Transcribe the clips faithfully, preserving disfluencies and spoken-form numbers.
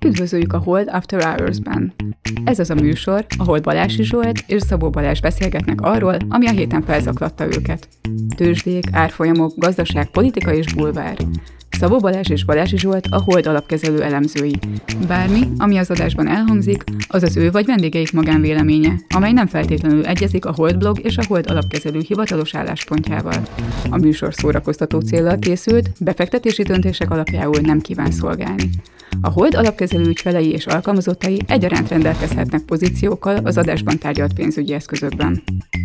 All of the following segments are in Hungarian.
Üdvözöljük a Hold After Hours-ben! Ez az a műsor, ahol Balási Zsolt és Szabó Balázs beszélgetnek arról, ami a héten felzaklatta őket. Tőzsdék, árfolyamok, gazdaság, politika és bulvár. Szabó Balázs és Balási Zsolt a Hold alapkezelő elemzői. Bármi, ami az adásban elhangzik, az az ő vagy vendégeik magánvéleménye, amely nem feltétlenül egyezik a Hold blog és a Hold alapkezelő hivatalos álláspontjával. A műsor szórakoztató céllal készült, befektetési döntések alapjául nem kíván szolgálni. A Hold alapkezelő ügyfelei és alkalmazottai egyaránt rendelkezhetnek pozíciókkal az adásban tárgyalt pénzügyi eszközökben.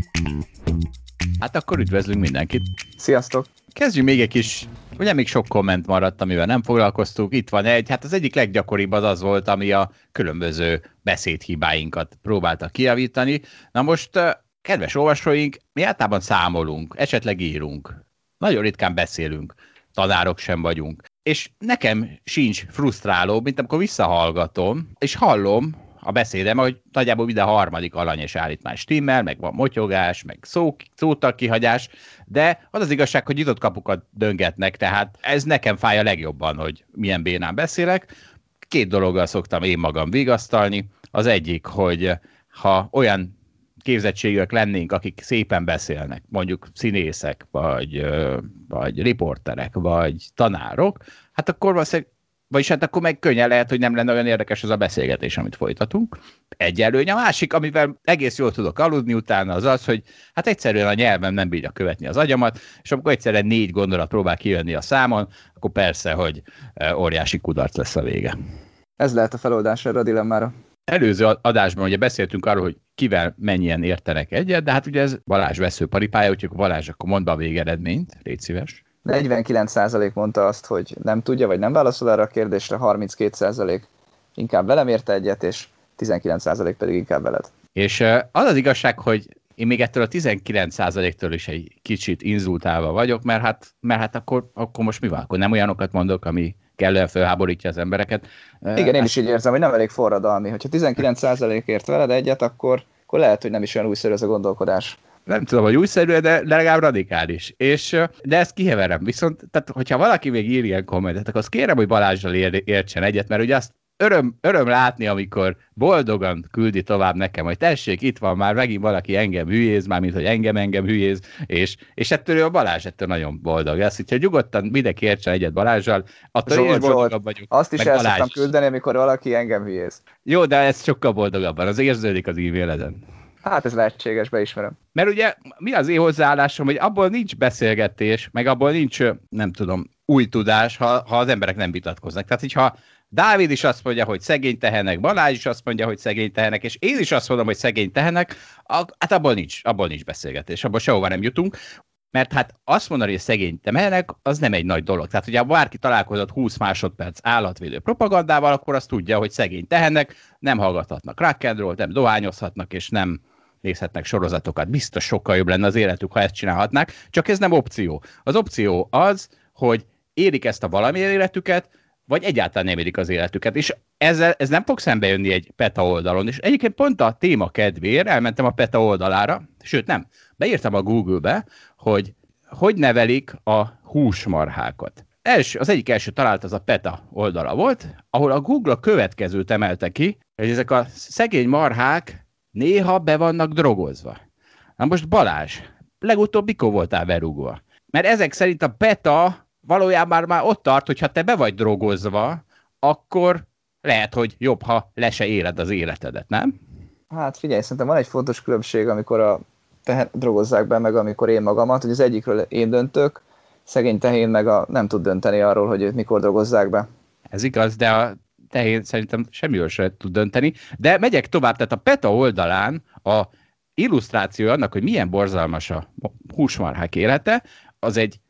Hát akkor üdvözlünk mindenkit! Sziasztok! Kezdjünk még egy kis, ugye még sok komment maradt, amivel nem foglalkoztuk. Itt van egy, hát az egyik leggyakoribb az az volt, ami a különböző beszédhibáinkat próbálta kijavítani. Na most, kedves olvasóink, mi általában számolunk, esetleg írunk. Nagyon ritkán beszélünk, tanárok sem vagyunk. És nekem sincs frusztráló, mint amikor visszahallgatom, és hallom a beszédem, hogy nagyjából minden harmadik alanyos állítmány stimmel, meg van motyogás, meg szó, szótak kihagyás, de az az igazság, hogy nyitott kapukat döngetnek, tehát ez nekem fáj a legjobban, hogy milyen bénán beszélek. Két dologgal szoktam én magam vigasztalni. Az egyik, hogy ha olyan képzettségűek lennénk, akik szépen beszélnek, mondjuk színészek, vagy, vagy riporterek, vagy tanárok, hát akkor valószínűleg, vagyis hát akkor meg könnyen lehet, hogy nem lenne olyan érdekes az a beszélgetés, amit folytatunk. Egy előny. A másik, amivel egész jól tudok aludni utána, az az, hogy hát egyszerűen a nyelvem nem bírja követni az agyamat, és amikor egyszerűen négy gondolat próbál kijönni a számon, akkor persze, hogy óriási kudarc lesz a vége. Ez lehet a feloldás erre a dilemmára. Előző adásban ugye beszéltünk arról, hogy kivel mennyien értenek egyet, de hát ugye ez Balázs veszőparipája, úgyhogy Balázs, akkor mondd be a végeredményt, légy szíves. negyvenkilenc százalék mondta azt, hogy nem tudja, vagy nem válaszol erre a kérdésre, harminckét százalék inkább velem érte egyet, és tizenkilenc százalék pedig inkább veled. És az az igazság, hogy én még ettől a tizenkilenc százaléktől is egy kicsit inzultálva vagyok, mert hát, mert hát akkor, akkor most mi van? Akkor nem olyanokat mondok, ami kellően felháborítja az embereket. Igen, én is így érzem, hogy nem elég forradalmi. Hogyha tizenkilenc százalék ért veled egyet, akkor, akkor lehet, hogy nem is olyan újszerű ez a gondolkodás. Nem tudom, hogy újszerű, de legalább radikális. És, de ezt kiheverem. Viszont, tehát, hogyha valaki még ír ilyen kommentet, akkor azt kérem, hogy Balázsral ér, értsen egyet, mert ugye azt öröm, öröm látni, amikor boldogan küldi tovább nekem, hogy tessék, itt van már megint valaki engem hülyéz, már mint hogy engem engem hülyéz, és, és ettől a Balázs ettől nagyon boldog lesz. Úgyhogy nyugodtan mindenki értsen egyet Balázsral, attól Zsolt, én is boldogabb vagyok. Azt is el szoktam küldeni, amikor valaki engem hülyéz. Jó, de ez sokkal boldogabban, az érződik az e-maileden. Hát ez lehetséges, beismerem. Mert ugye mi az én hozzáállásom, hogy abból nincs beszélgetés, meg abból nincs, nem tudom, új tudás, ha, ha az emberek nem vitatkoznak. Tehát, hogyha Dávid is azt mondja, hogy szegény tehenek, Balázs is azt mondja, hogy szegény tehenek, és én is azt mondom, hogy szegény tehenek, hát abból nincs, abból nincs beszélgetés, abból sehova nem jutunk. Mert hát azt mondani, hogy szegény tehenek, az nem egy nagy dolog. Tehát, hogyha bárki találkozott húsz másodperc állatvédő propagandával, akkor azt tudja, hogy szegény tehenek, nem hallgathatnak rock and roll, nem dohányozhatnak, és nem nézhetnek sorozatokat. Biztos sokkal jobb lenne az életük, ha ezt csinálhatnák, csak ez nem opció. Az opció az, hogy érik ezt a valamilyen életüket, vagy egyáltalán nem érik az életüket. És ezzel, ez nem fog szembejönni egy PETA oldalon. És egyébként pont a téma kedvéért elmentem a PETA oldalára, sőt nem, beírtam a Google-be, hogy hogy nevelik a húsmarhákat. Els, az egyik első talált az a PETA oldala volt, ahol a Google a következőt emelte ki, hogy ezek a szegény marhák néha be vannak drogozva. Na most Balázs, legutóbb mikor voltál berúgva? Mert ezek szerint a PETA valójában már, már ott tart, hogy ha te be vagy drogozva, akkor lehet, hogy jobb, ha le se éled az életedet, nem? Hát figyelj, szerintem van egy fontos különbség, amikor a tehén drogozzák be, meg amikor én magamat, hogy az egyikről én döntök, szegény tehén meg a, nem tud dönteni arról, hogy őt mikor drogozzák be. Ez igaz, de a tehén szerintem semmiről sem tud dönteni. De megyek tovább, tehát a PETA oldalán a illusztráció annak, hogy milyen borzalmas a húsmarhák élete, az egy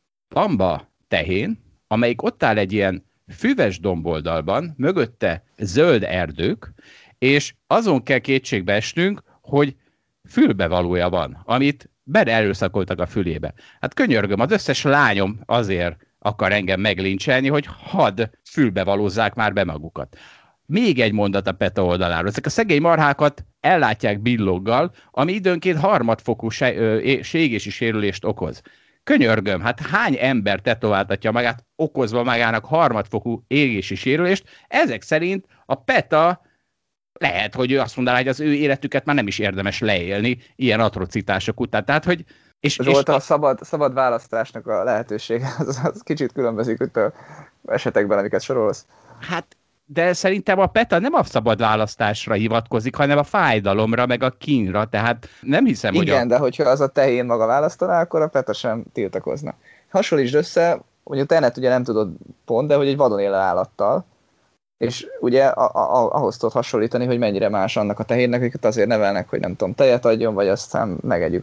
bamba tehén, amelyik ott áll egy ilyen füves domboldalban, mögötte zöld erdők, és azon kell kétségbe esnünk, hogy fülbevalója van, amit beerőszakoltak a fülébe. Hát könyörgöm, az összes lányom azért akar engem meglincselni, hogy hadd fülbevalózzák már be magukat. Még egy mondat a PETA oldaláról. Ezek a szegény marhákat ellátják billoggal, ami időnként harmadfokú ségési sérülést okoz. könyörgöm, hát hány ember tetováltatja magát, okozva magának harmadfokú égési sérülést, ezek szerint a PETA lehet, hogy ő azt mondaná, hogy az ő életüket már nem is érdemes leélni ilyen atrocitások után. Tehát, hogy és, és volt a, a szabad, szabad választásnak a lehetősége, az, az kicsit különbözik itt a esetekben, amiket sorolsz. Hát, de szerintem a PETA nem a szabad választásra hivatkozik, hanem a fájdalomra, meg a kínra, tehát nem hiszem, igen, hogy Igen, a... de hogyha az a tehén maga választaná, akkor a PETA sem tiltakozna. Hasonlítsd össze, mondjuk te ugye nem tudod pont, de hogy egy vadon élő állattal, és ugye a, a, ahhoz tudod hasonlítani, hogy mennyire más annak a tehénnek, akiket azért nevelnek, hogy nem tudom, tejet adjon, vagy aztán megegyük.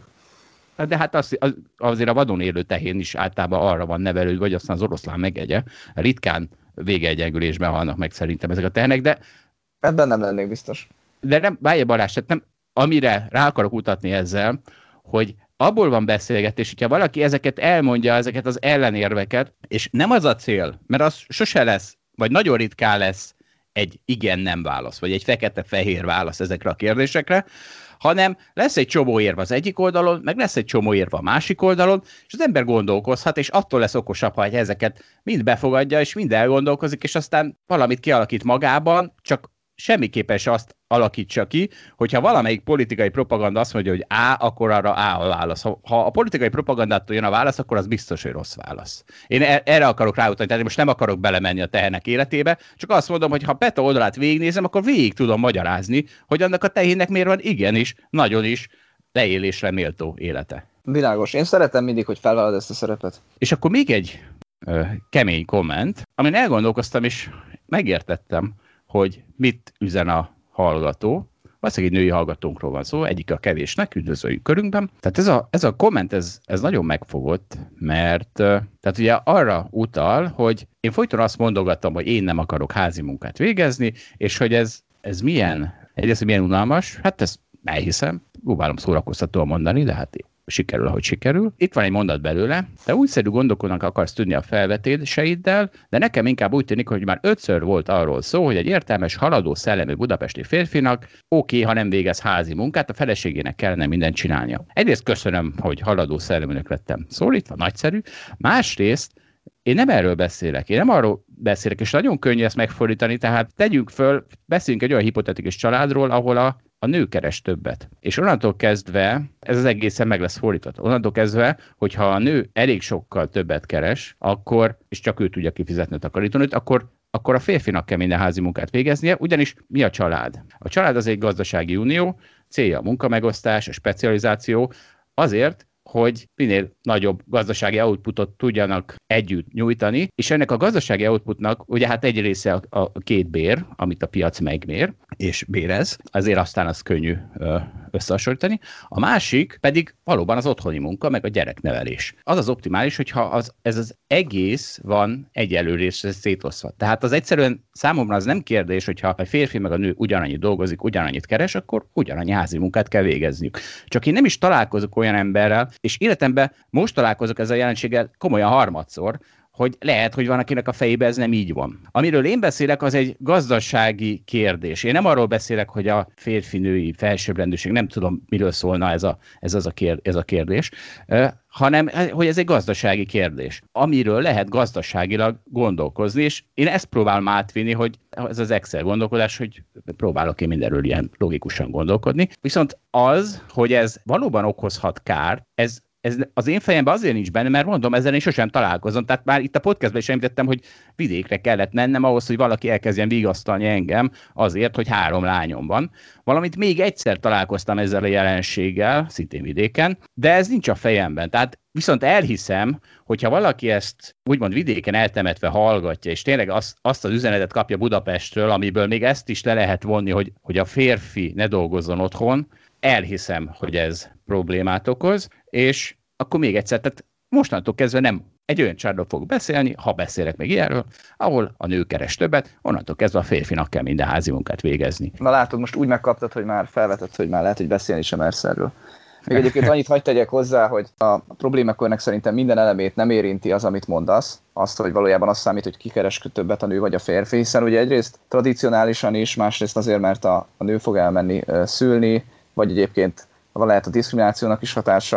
De hát az, az, azért a vadon élő tehén is általában arra van nevelő, vagy aztán az oroszlán megegye. Ritkán végeegyengülésben halnak meg szerintem ezek a tehenek, de... Ebben nem lennék biztos. De nem, várja Balázs, tehát nem, amire rá akarok utatni ezzel, hogy abból van beszélgetés, hogyha valaki ezeket elmondja, ezeket az ellenérveket, és nem az a cél, mert az sose lesz, vagy nagyon ritkán lesz egy igen-nem válasz, vagy egy fekete-fehér válasz ezekre a kérdésekre, hanem lesz egy csomó érv az egyik oldalon, meg lesz egy csomó érv a másik oldalon, és az ember gondolkozhat, és attól lesz okosabb, ha ezeket mind befogadja, és mind elgondolkozik, és aztán valamit kialakít magában, csak semmiképpen se azt alakítsa ki, hogyha valamelyik politikai propaganda azt mondja, hogy A, akkor arra A a válasz. Ha, ha a politikai propagandától jön a válasz, akkor az biztos, hogy rossz válasz. Én erre akarok ráutalni, tehát most nem akarok belemenni a tehenek életébe, csak azt mondom, hogy ha PETA oldalát végignézem, akkor végig tudom magyarázni, hogy annak a tehénnek miért van igenis, nagyon is leélésre méltó élete. Világos. Én szeretem mindig, hogy felvállalod ezt a szerepet. És akkor még egy ö, kemény komment, amin elgondolkoztam, és megértettem, hogy mit üzen a hallgató. Valószínűleg egy női hallgatónkról van szó, egyik a kevésnek, üdvözöljük körünkben. Tehát ez a, ez a komment, ez, ez nagyon megfogott, mert tehát ugye arra utal, hogy én folyton azt mondogatom, hogy én nem akarok házi munkát végezni, és hogy ez, ez milyen, egyrészt milyen unalmas, hát ezt elhiszem, próbálom szórakoztatóan mondani, de hát sikerül, ahogy sikerül. Itt van egy mondat belőle, te újszerű gondolkodnak akarsz tudni a felvetéseiddel, de nekem inkább úgy tűnik, hogy már ötször volt arról szó, hogy egy értelmes, haladó szellemű budapesti férfinak oké, ha nem végez házi munkát, a feleségének kellene mindent csinálnia. Egyrészt köszönöm, hogy haladó szelleműnek lettem szólítva, nagyszerű. Másrészt én nem erről beszélek, én nem arról beszélek, és nagyon könnyű ezt megfordítani, tehát tegyünk föl, beszéljünk egy olyan hipotetikus családról, ahol a a nő keres többet. És onnantól kezdve, ez az egészen meg lesz fordítva, onnantól kezdve, hogyha a nő elég sokkal többet keres, akkor, és csak ő tudja kifizetni a takarítónőt, akkor, akkor a férfinak kell minden házi munkát végeznie, ugyanis mi a család? A család az egy gazdasági unió, célja a munkamegosztás, a specializáció, azért, hogy minél nagyobb gazdasági outputot tudjanak együtt nyújtani, és ennek a gazdasági outputnak ugye hát egy része a, a két bér, amit a piac megmér, és bérez, azért aztán az könnyű ö, összehasonlítani. A másik pedig valóban az otthoni munka, meg a gyereknevelés. Az az optimális, hogyha az, ez az egész van egyelő részre szétosztva. Tehát az egyszerűen számomra az nem kérdés, hogyha a férfi meg a nő ugyanannyit dolgozik, ugyanannyit keres, akkor ugyanannyi házi munkát kell végezniük. Csak én nem is találkozok olyan emberrel, és életemben most találkozok ezzel a jelenséggel komolyan harmadszor, hogy lehet, hogy van, akinek a fejében ez nem így van. Amiről én beszélek, az egy gazdasági kérdés. Én nem arról beszélek, hogy a férfi-női felsőbbrendűség, nem tudom, miről szólna ez a, ez az a, kér, ez a kérdés, hanem hogy ez egy gazdasági kérdés, amiről lehet gazdaságilag gondolkozni, és én ezt próbálom átvinni, hogy ez az Excel gondolkodás, hogy próbálok én mindenről ilyen logikusan gondolkodni. Viszont az, hogy ez valóban okozhat kárt, ez Ez az én fejemben azért nincs benne, mert mondom, ezzel én sosem találkozom. Tehát már itt a podcastban is említettem, hogy vidékre kellett mennem ahhoz, hogy valaki elkezdjen vigasztalni engem azért, hogy három lányom van. Valamint még egyszer találkoztam ezzel a jelenséggel, szintén vidéken, de ez nincs a fejemben. Tehát viszont elhiszem, hogyha valaki ezt úgymond vidéken eltemetve hallgatja, és tényleg azt, azt az üzenetet kapja Budapestről, amiből még ezt is le lehet vonni, hogy, hogy a férfi ne dolgozzon otthon, elhiszem, hogy ez problémát okoz, és akkor még egyszer, tehát mostantól kezdve nem egy olyan családról fogok beszélni, ha beszélek még ilyenről, ahol a nő keres többet, onnantól kezdve a férfinak kell minden házi munkát végezni. Na látod, most úgy megkaptad, hogy már felvetett, hogy már lehet, hogy beszélni sem mersz erről. Még egyébként annyit hadd tegyek hozzá, hogy a problémakörnek szerintem minden elemét nem érinti az, amit mondasz, azt, hogy valójában az számít, hogy ki keres többet a nő vagy a férfi, hiszen ugye egyrészt tradicionálisan is, másrészt azért, mert a, a nő fog elmenni uh, szülni, vagy egyébként van lehet a diszkriminációnak is hatása,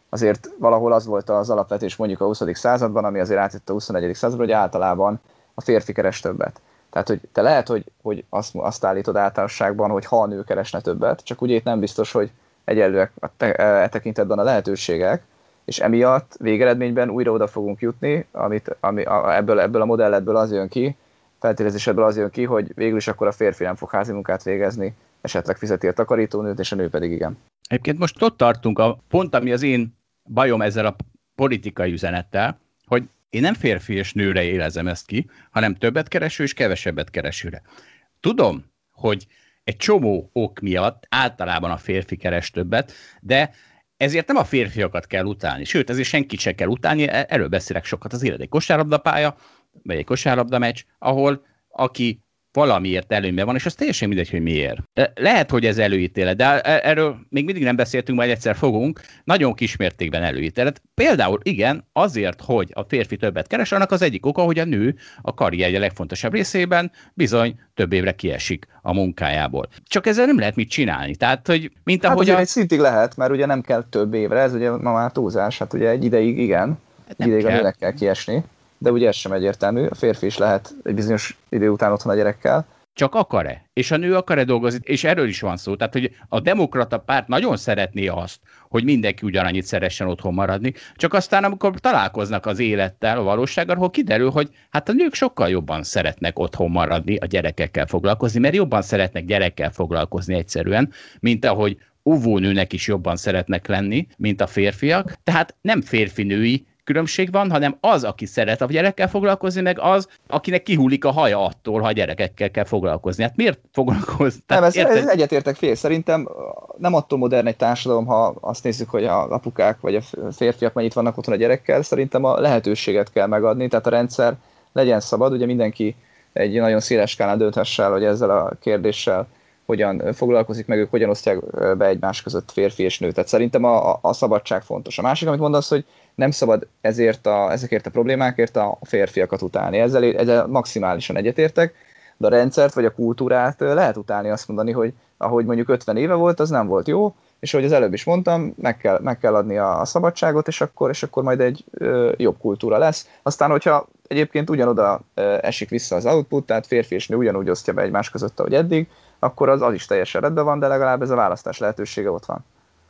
azért valahol az volt az alapvetés mondjuk a huszadik században, ami azért átjött a huszonegyedik században, hogy általában a férfi keres többet. Tehát, hogy te lehet, hogy, hogy azt, azt állítod általánosságban, hogy ha a nő keresne többet, csak ugye itt nem biztos, hogy egyenlőek a te, e tekintetben a lehetőségek, és emiatt végeredményben újra oda fogunk jutni, amit, ami, a, ebből, ebből a modelletből az jön ki, feltételezésedből az jön ki, hogy végül is akkor a férfi nem fog házi munkát végezni, esetleg fizeti a takarítónőt, és a nő pedig igen. Egyébként most ott tartunk, a pont ami az én bajom ezzel a politikai üzenettel, hogy én nem férfi és nőre élezem ezt ki, hanem többet kereső és kevesebbet keresőre. Tudom, hogy egy csomó ok miatt általában a férfi keres többet, de ezért nem a férfiakat kell utálni. Sőt, ezért senkit se kell utálni, erről beszélek sokat az élet. Egy kosárlabdapálya, vagy egy kosárlabda meccs, ahol aki valamiért előnyben van, és az teljesen mindegy, hogy miért. Lehet, hogy ez előítélet, de erről még mindig nem beszéltünk, majd egyszer fogunk, nagyon kismértékben előítélet. Például igen, azért, hogy a férfi többet keres, annak az egyik oka, hogy a nő a karrierje legfontosabb részében bizony több évre kiesik a munkájából. Csak ezzel nem lehet mit csinálni. Tehát, hogy mint hát ahogy azért a... egy szintig lehet, mert ugye nem kell több évre, ez ugye ma már túlzás, hát ugye egy ideig igen, hát egy ideig kell. a nőnek kell kiesni. De ugye ez sem egyértelmű, a férfi is lehet egy bizonyos idő után otthon a gyerekkel. Csak akar-e? És a nő akar-e dolgozni? És erről is van szó. Tehát, hogy a demokrata párt nagyon szeretné azt, hogy mindenki ugyanannyit szeressen otthon maradni, csak aztán, amikor találkoznak az élettel, a valósággal, ahol kiderül, hogy hát a nők sokkal jobban szeretnek otthon maradni, a gyerekekkel foglalkozni, mert jobban szeretnek gyerekkel foglalkozni egyszerűen, mint ahogy óvónőnek is jobban szeretnek lenni, mint a férfiak. Tehát nem férfi-női különbség van, hanem az, aki szeret a gyerekkel foglalkozni, meg az, akinek kihullik a haja attól, ha a gyerekekkel kell foglalkozni. Hát miért foglalkozni? Nem, ez, ez egyetértek fél. Szerintem nem attól modern egy társadalom, ha azt nézzük, hogy a apukák vagy a férfiak mennyit vannak otthon a gyerekkel, szerintem a lehetőséget kell megadni, tehát a rendszer legyen szabad, ugye mindenki egy nagyon széles skálán dönthesse el, hogy ezzel a kérdéssel hogyan foglalkozik, meg ők hogyan osztják be egymás között férfi és nő. Tehát szerintem a, a, a szabadság fontos. A másik, amit mondasz, hogy nem szabad ezért a, ezekért a problémákért a férfiakat utálni. Ezzel, ezzel maximálisan egyetértek, de a rendszert vagy a kultúrát lehet utálni, azt mondani, hogy ahogy mondjuk ötven éve volt, az nem volt jó, és ahogy az előbb is mondtam, meg kell, meg kell adni a, a szabadságot, és akkor, és akkor majd egy ö, jobb kultúra lesz. Aztán, hogyha egyébként ugyanoda ö, esik vissza az output, tehát férfi és nő ugyanúgy osztja be egymás között, ahogy eddig, akkor az, az is teljesen rendben van, de legalább ez a választás lehetősége ott van.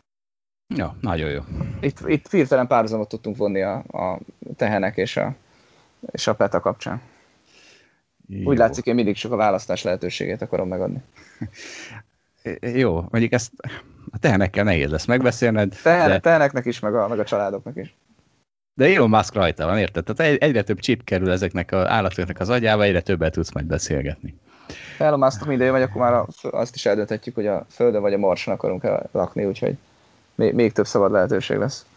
Jó, nagyon jó. Itt, itt hirtelen párhuzamot tudtunk vonni a, a tehenek és a, és a PETA kapcsán. Jó. Úgy látszik, én mindig csak a választás lehetőségét akarom megadni. Jó, mondjuk ezt a tehenekkel nehéz lesz megbeszélned. Tehene, de... Teheneknek is, meg a, meg a családoknak is. De Elon Musk rajta van, érted? Tehát egyre több chip kerül ezeknek az állatoknak az agyába, egyre többet tudsz majd beszélgetni. Elon Musknak minden vagy, akkor már a, azt is eldönthetjük, hogy a Földön vagy a Marson akarunk lakni, úgyhogy még, még több szabad lehetőség lesz.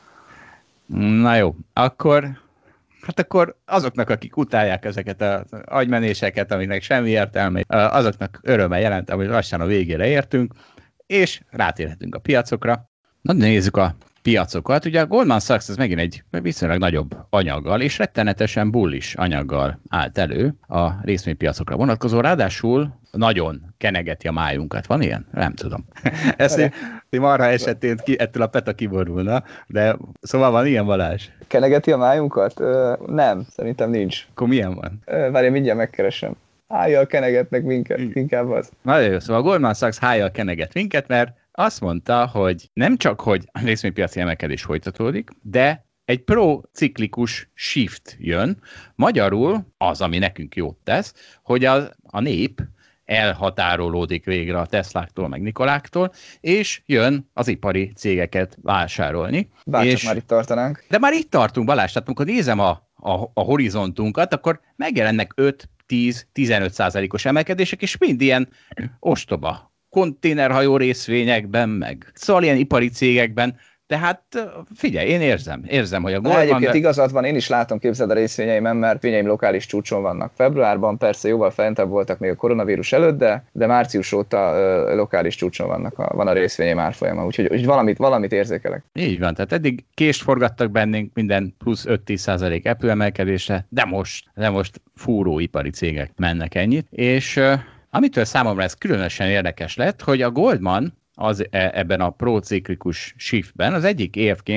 Na jó, akkor, hát akkor azoknak, akik utálják ezeket az agymenéseket, amiknek semmi értelme, azoknak örömmel jelentem, hogy lassan a végére értünk, és rátérhetünk a piacokra. Na, nézzük a piacokat. Ugye a Goldman Sachs ez megint egy viszonylag nagyobb anyaggal, és rettenetesen bullish anyaggal állt elő a részvénypiacokra vonatkozó, ráadásul nagyon kenegeti a májunkat. Van ilyen? Nem tudom. Ezt marha esetén ki, ettől a PETA kiborulna, de szóval van ilyen, Balázs? Kenegeti a májunkat? Ö, nem, szerintem nincs. Akkor milyen van? Várj, mindjárt megkeresem. Hájjal kenegetnek minket, inkább az. Nagyon jó, szóval a Goldman Sachs hájjal keneget minket, mert azt mondta, hogy nem csak, hogy a részvénypiaci emelkedés folytatódik, de egy pro-ciklikus shift jön. Magyarul az, ami nekünk jót tesz, hogy a, a nép elhatárolódik végre a Tesláktól, meg Nikoláktól, és jön az ipari cégeket vásárolni. Bárcsak és, már itt tartanánk. De már itt tartunk, Balázs, tehát amikor nézem a, a, a horizontunkat, akkor megjelennek öt, tíz, tizenöt százalékos emelkedések, és mind ilyen ostoba konténerhajó részvényekben, meg szóval ilyen ipari cégekben. Tehát figyelj, én érzem, érzem, hogy a Goldman... Egyébként de... igazad van, én is látom, képzeld a részvényeimen, mert részvényeim lokális csúcson vannak. Februárban persze jóval fentebb voltak még a koronavírus előtt, de, de március óta ö, lokális csúcson vannak a, van a részvényeim árfolyama, úgyhogy úgy valamit, valamit érzékelek. Így van, tehát eddig kést forgattak bennünk minden plusz öt-tíz százalék Apple emelkedésre, de most, de most fúró ipari cégek mennek ennyit, és uh, amitől számomra ez különösen érdekes lett, hogy a Goldman az ebben a prociklikus shiftben az egyik évként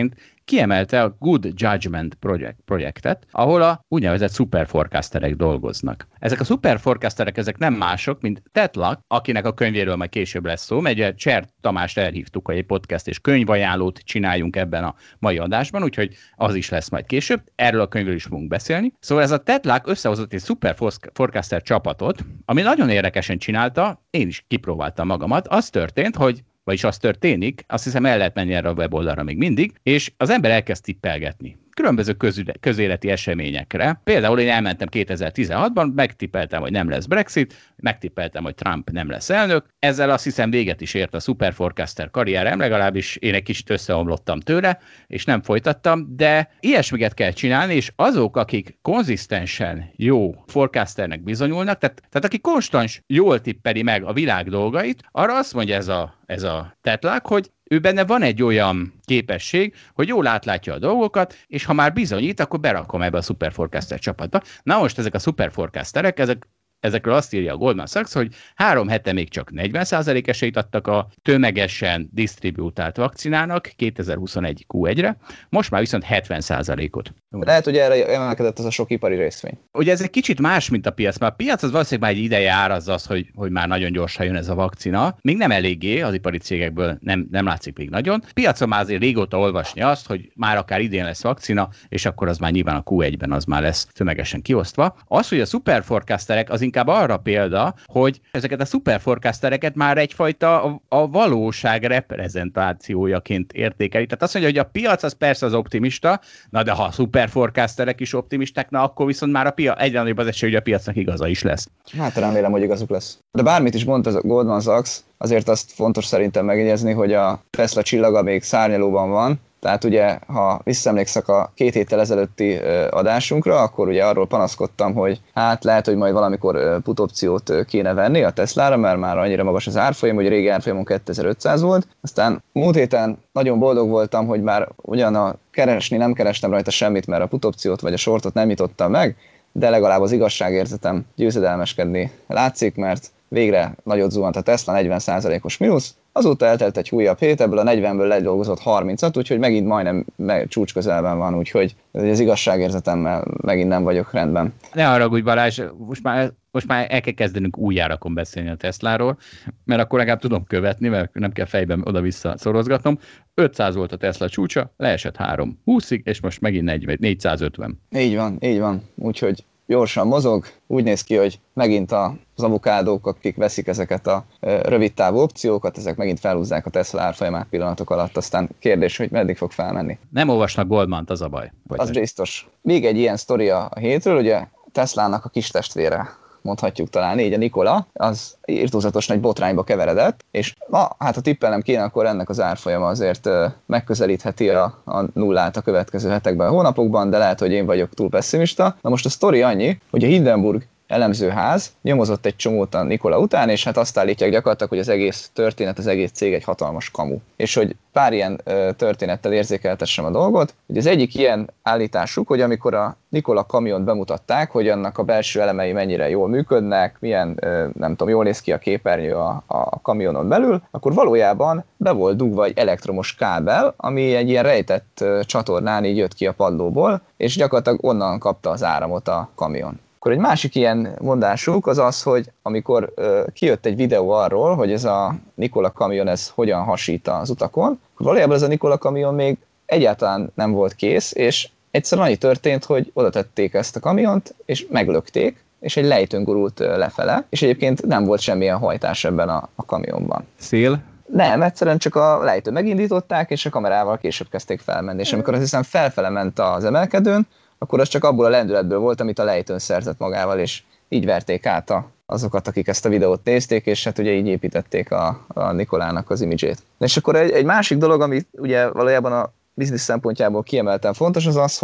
kiemelte a Good Judgment projekt, projektet, ahol a úgynevezett superforecasterek dolgoznak. Ezek a superforecasterek, ezek nem mások, mint Ted Luck, akinek a könyvéről majd később lesz szó, mert ugye Cser Tamást elhívtuk, hogy egy podcast és könyvajánlót csináljunk ebben a mai adásban, úgyhogy az is lesz majd később. Erről a könyvről is fogunk beszélni. Szóval ez a Ted Luck összehozott egy superforecaster csapatot, ami nagyon érdekesen csinálta, én is kipróbáltam magamat. Az történt, hogy vagyis az történik, azt hiszem el lehet menni erre a weboldalra még mindig, és az ember elkezd tippelgetni különböző közüle, közéleti eseményekre. Például én elmentem kétezer-tizenhatban, megtippeltem, hogy nem lesz Brexit, megtippeltem, hogy Trump nem lesz elnök. Ezzel azt hiszem véget is ért a superforecaster karrierem, legalábbis én egy kicsit összeomlottam tőle, és nem folytattam, de ilyesmiket kell csinálni, és azok, akik konzisztensen jó forecasternek bizonyulnak, tehát, tehát aki konstans jól tippeli meg a világ dolgait, arra azt mondja ez a, ez a Ted Luck, hogy ő benne van egy olyan képesség, hogy jól átlátja a dolgokat, és ha már bizonyít, akkor berakom ebbe a superforecaster csapatba. Na most ezek a superforecasterek, ezek Ezekről azt írja a Goldman Sachs, hogy három hete még csak negyven százalék esélyt adtak a tömegesen disztribútált vakcinának kétezer-huszonegy kú egyre, most már viszont hetven százalékot. Lehet, hogy erre emelkedett az a sok ipari részvény. Ugye ez egy kicsit más, mint a piac, mert a piac az valószínűleg már egy ideje árazza az, hogy, hogy már nagyon gyorsan jön ez a vakcina. Még nem eléggé, az ipari cégekből nem, nem látszik még nagyon. Piacon már azért régóta olvasni azt, hogy már akár idén lesz vakcina, és akkor az már nyilván a kú egyben az már lesz tömegesen kiosztva. Az, hogy a superforecasterek az inkább arra példa, hogy ezeket a superforecastereket már egyfajta a, a valóság reprezentációjaként értékeli. Tehát azt mondja, hogy a piac az persze az optimista, na de ha a superforecasterek is optimisták, na akkor viszont már a piac, egyre nagyobb az esély, hogy a piacnak igaza is lesz. Hát remélem, hogy igazuk lesz. De bármit is mond ez a Goldman Sachs, azért azt fontos szerintem megjegyezni, hogy a Tesla csillaga még szárnyalóban van. Tehát ugye, ha visszaemlékszek a két héttel ezelőtti adásunkra, akkor ugye arról panaszkodtam, hogy hát lehet, hogy majd valamikor put opciót kéne venni a Teslára, mert már annyira magas az árfolyam, hogy a régi árfolyamon kétezer-ötszáz volt. Aztán múlt héten nagyon boldog voltam, hogy már ugyan a keresni nem kerestem rajta semmit, mert a put opciót vagy a shortot nem nyitottam meg, de legalább az igazságérzetem győzedelmeskedni látszik, mert végre nagyot zuhant a Tesla, negyven százalékos mínusz. Azóta eltelt egy újabb hét, ebből a negyvenből ledolgozott harmincat, úgyhogy megint majdnem meg, csúcs közelben van, úgyhogy az igazságérzetemmel megint nem vagyok rendben. Ne haragudj Balázs, most már, most már el kell kezdenünk újjárakon beszélni a Tesláról, mert akkor legalább tudom követni, mert nem kell fejben oda-vissza szorozgatnom. ötszáz volt a Tesla csúcsa, leesett három húszig, és most megint negyven, négyszázötven. Így van, így van, úgyhogy gyorsan mozog, úgy néz ki, hogy megint az avokádók, akik veszik ezeket a rövid távú opciókat, ezek megint felhúzzák a Tesla árfolyamát pillanatok alatt, aztán kérdés, hogy meddig fog felmenni. Nem olvasnak Goldmant, az a baj. Vagy az biztos. Még egy ilyen sztoria a hétről, ugye Teslának a kis testvére, mondhatjuk talán így, a Nikola, az irtózatos nagy botrányba keveredett, és na, hát ha tippelnem kéne, akkor ennek az árfolyama azért megközelítheti a, a nullát a következő hetekben, hónapokban, de lehet, hogy én vagyok túl pessimista. Na most a sztori annyi, hogy a Hindenburg elemzőház nyomozott egy csomót a Nikola után, és hát azt állítják gyakorlatilag, hogy az egész történet, az egész cég egy hatalmas kamu. És hogy pár ilyen ö, történettel érzékeltessem a dolgot, hogy az egyik ilyen állításuk, hogy amikor a Nikola kamiont bemutatták, hogy annak a belső elemei mennyire jól működnek, milyen, ö, nem tudom, jól néz ki a képernyő a, a kamionon belül, akkor valójában be volt dugva egy elektromos kábel, ami egy ilyen rejtett ö, csatornán így jött ki a padlóból, és gyakorlatilag onnan kapta az áramot a kamion. Akkor egy másik ilyen mondásuk az az, hogy amikor ö, kijött egy videó arról, hogy ez a Nikola kamion ez hogyan hasít az utakon, akkor valójában ez a Nikola kamion még egyáltalán nem volt kész, és egyszerűen annyi történt, hogy oda tették ezt a kamiont, és meglökték, és egy lejtőn gurult lefele, és egyébként nem volt semmilyen hajtás ebben a, a kamionban. Szél? Nem, egyszerűen csak a lejtő megindították, és a kamerával később kezdték felmenni. És amikor azt hiszem felfele ment az emelkedőn, akkor az csak abból a lendületből volt, amit a lejtőn szerzett magával, és így verték át a, azokat, akik ezt a videót nézték, és hát ugye így építették a, a Nikolának az imidzsét. És akkor egy, egy másik dolog, ami ugye valójában a biznisz szempontjából kiemelten fontos, az az, hogy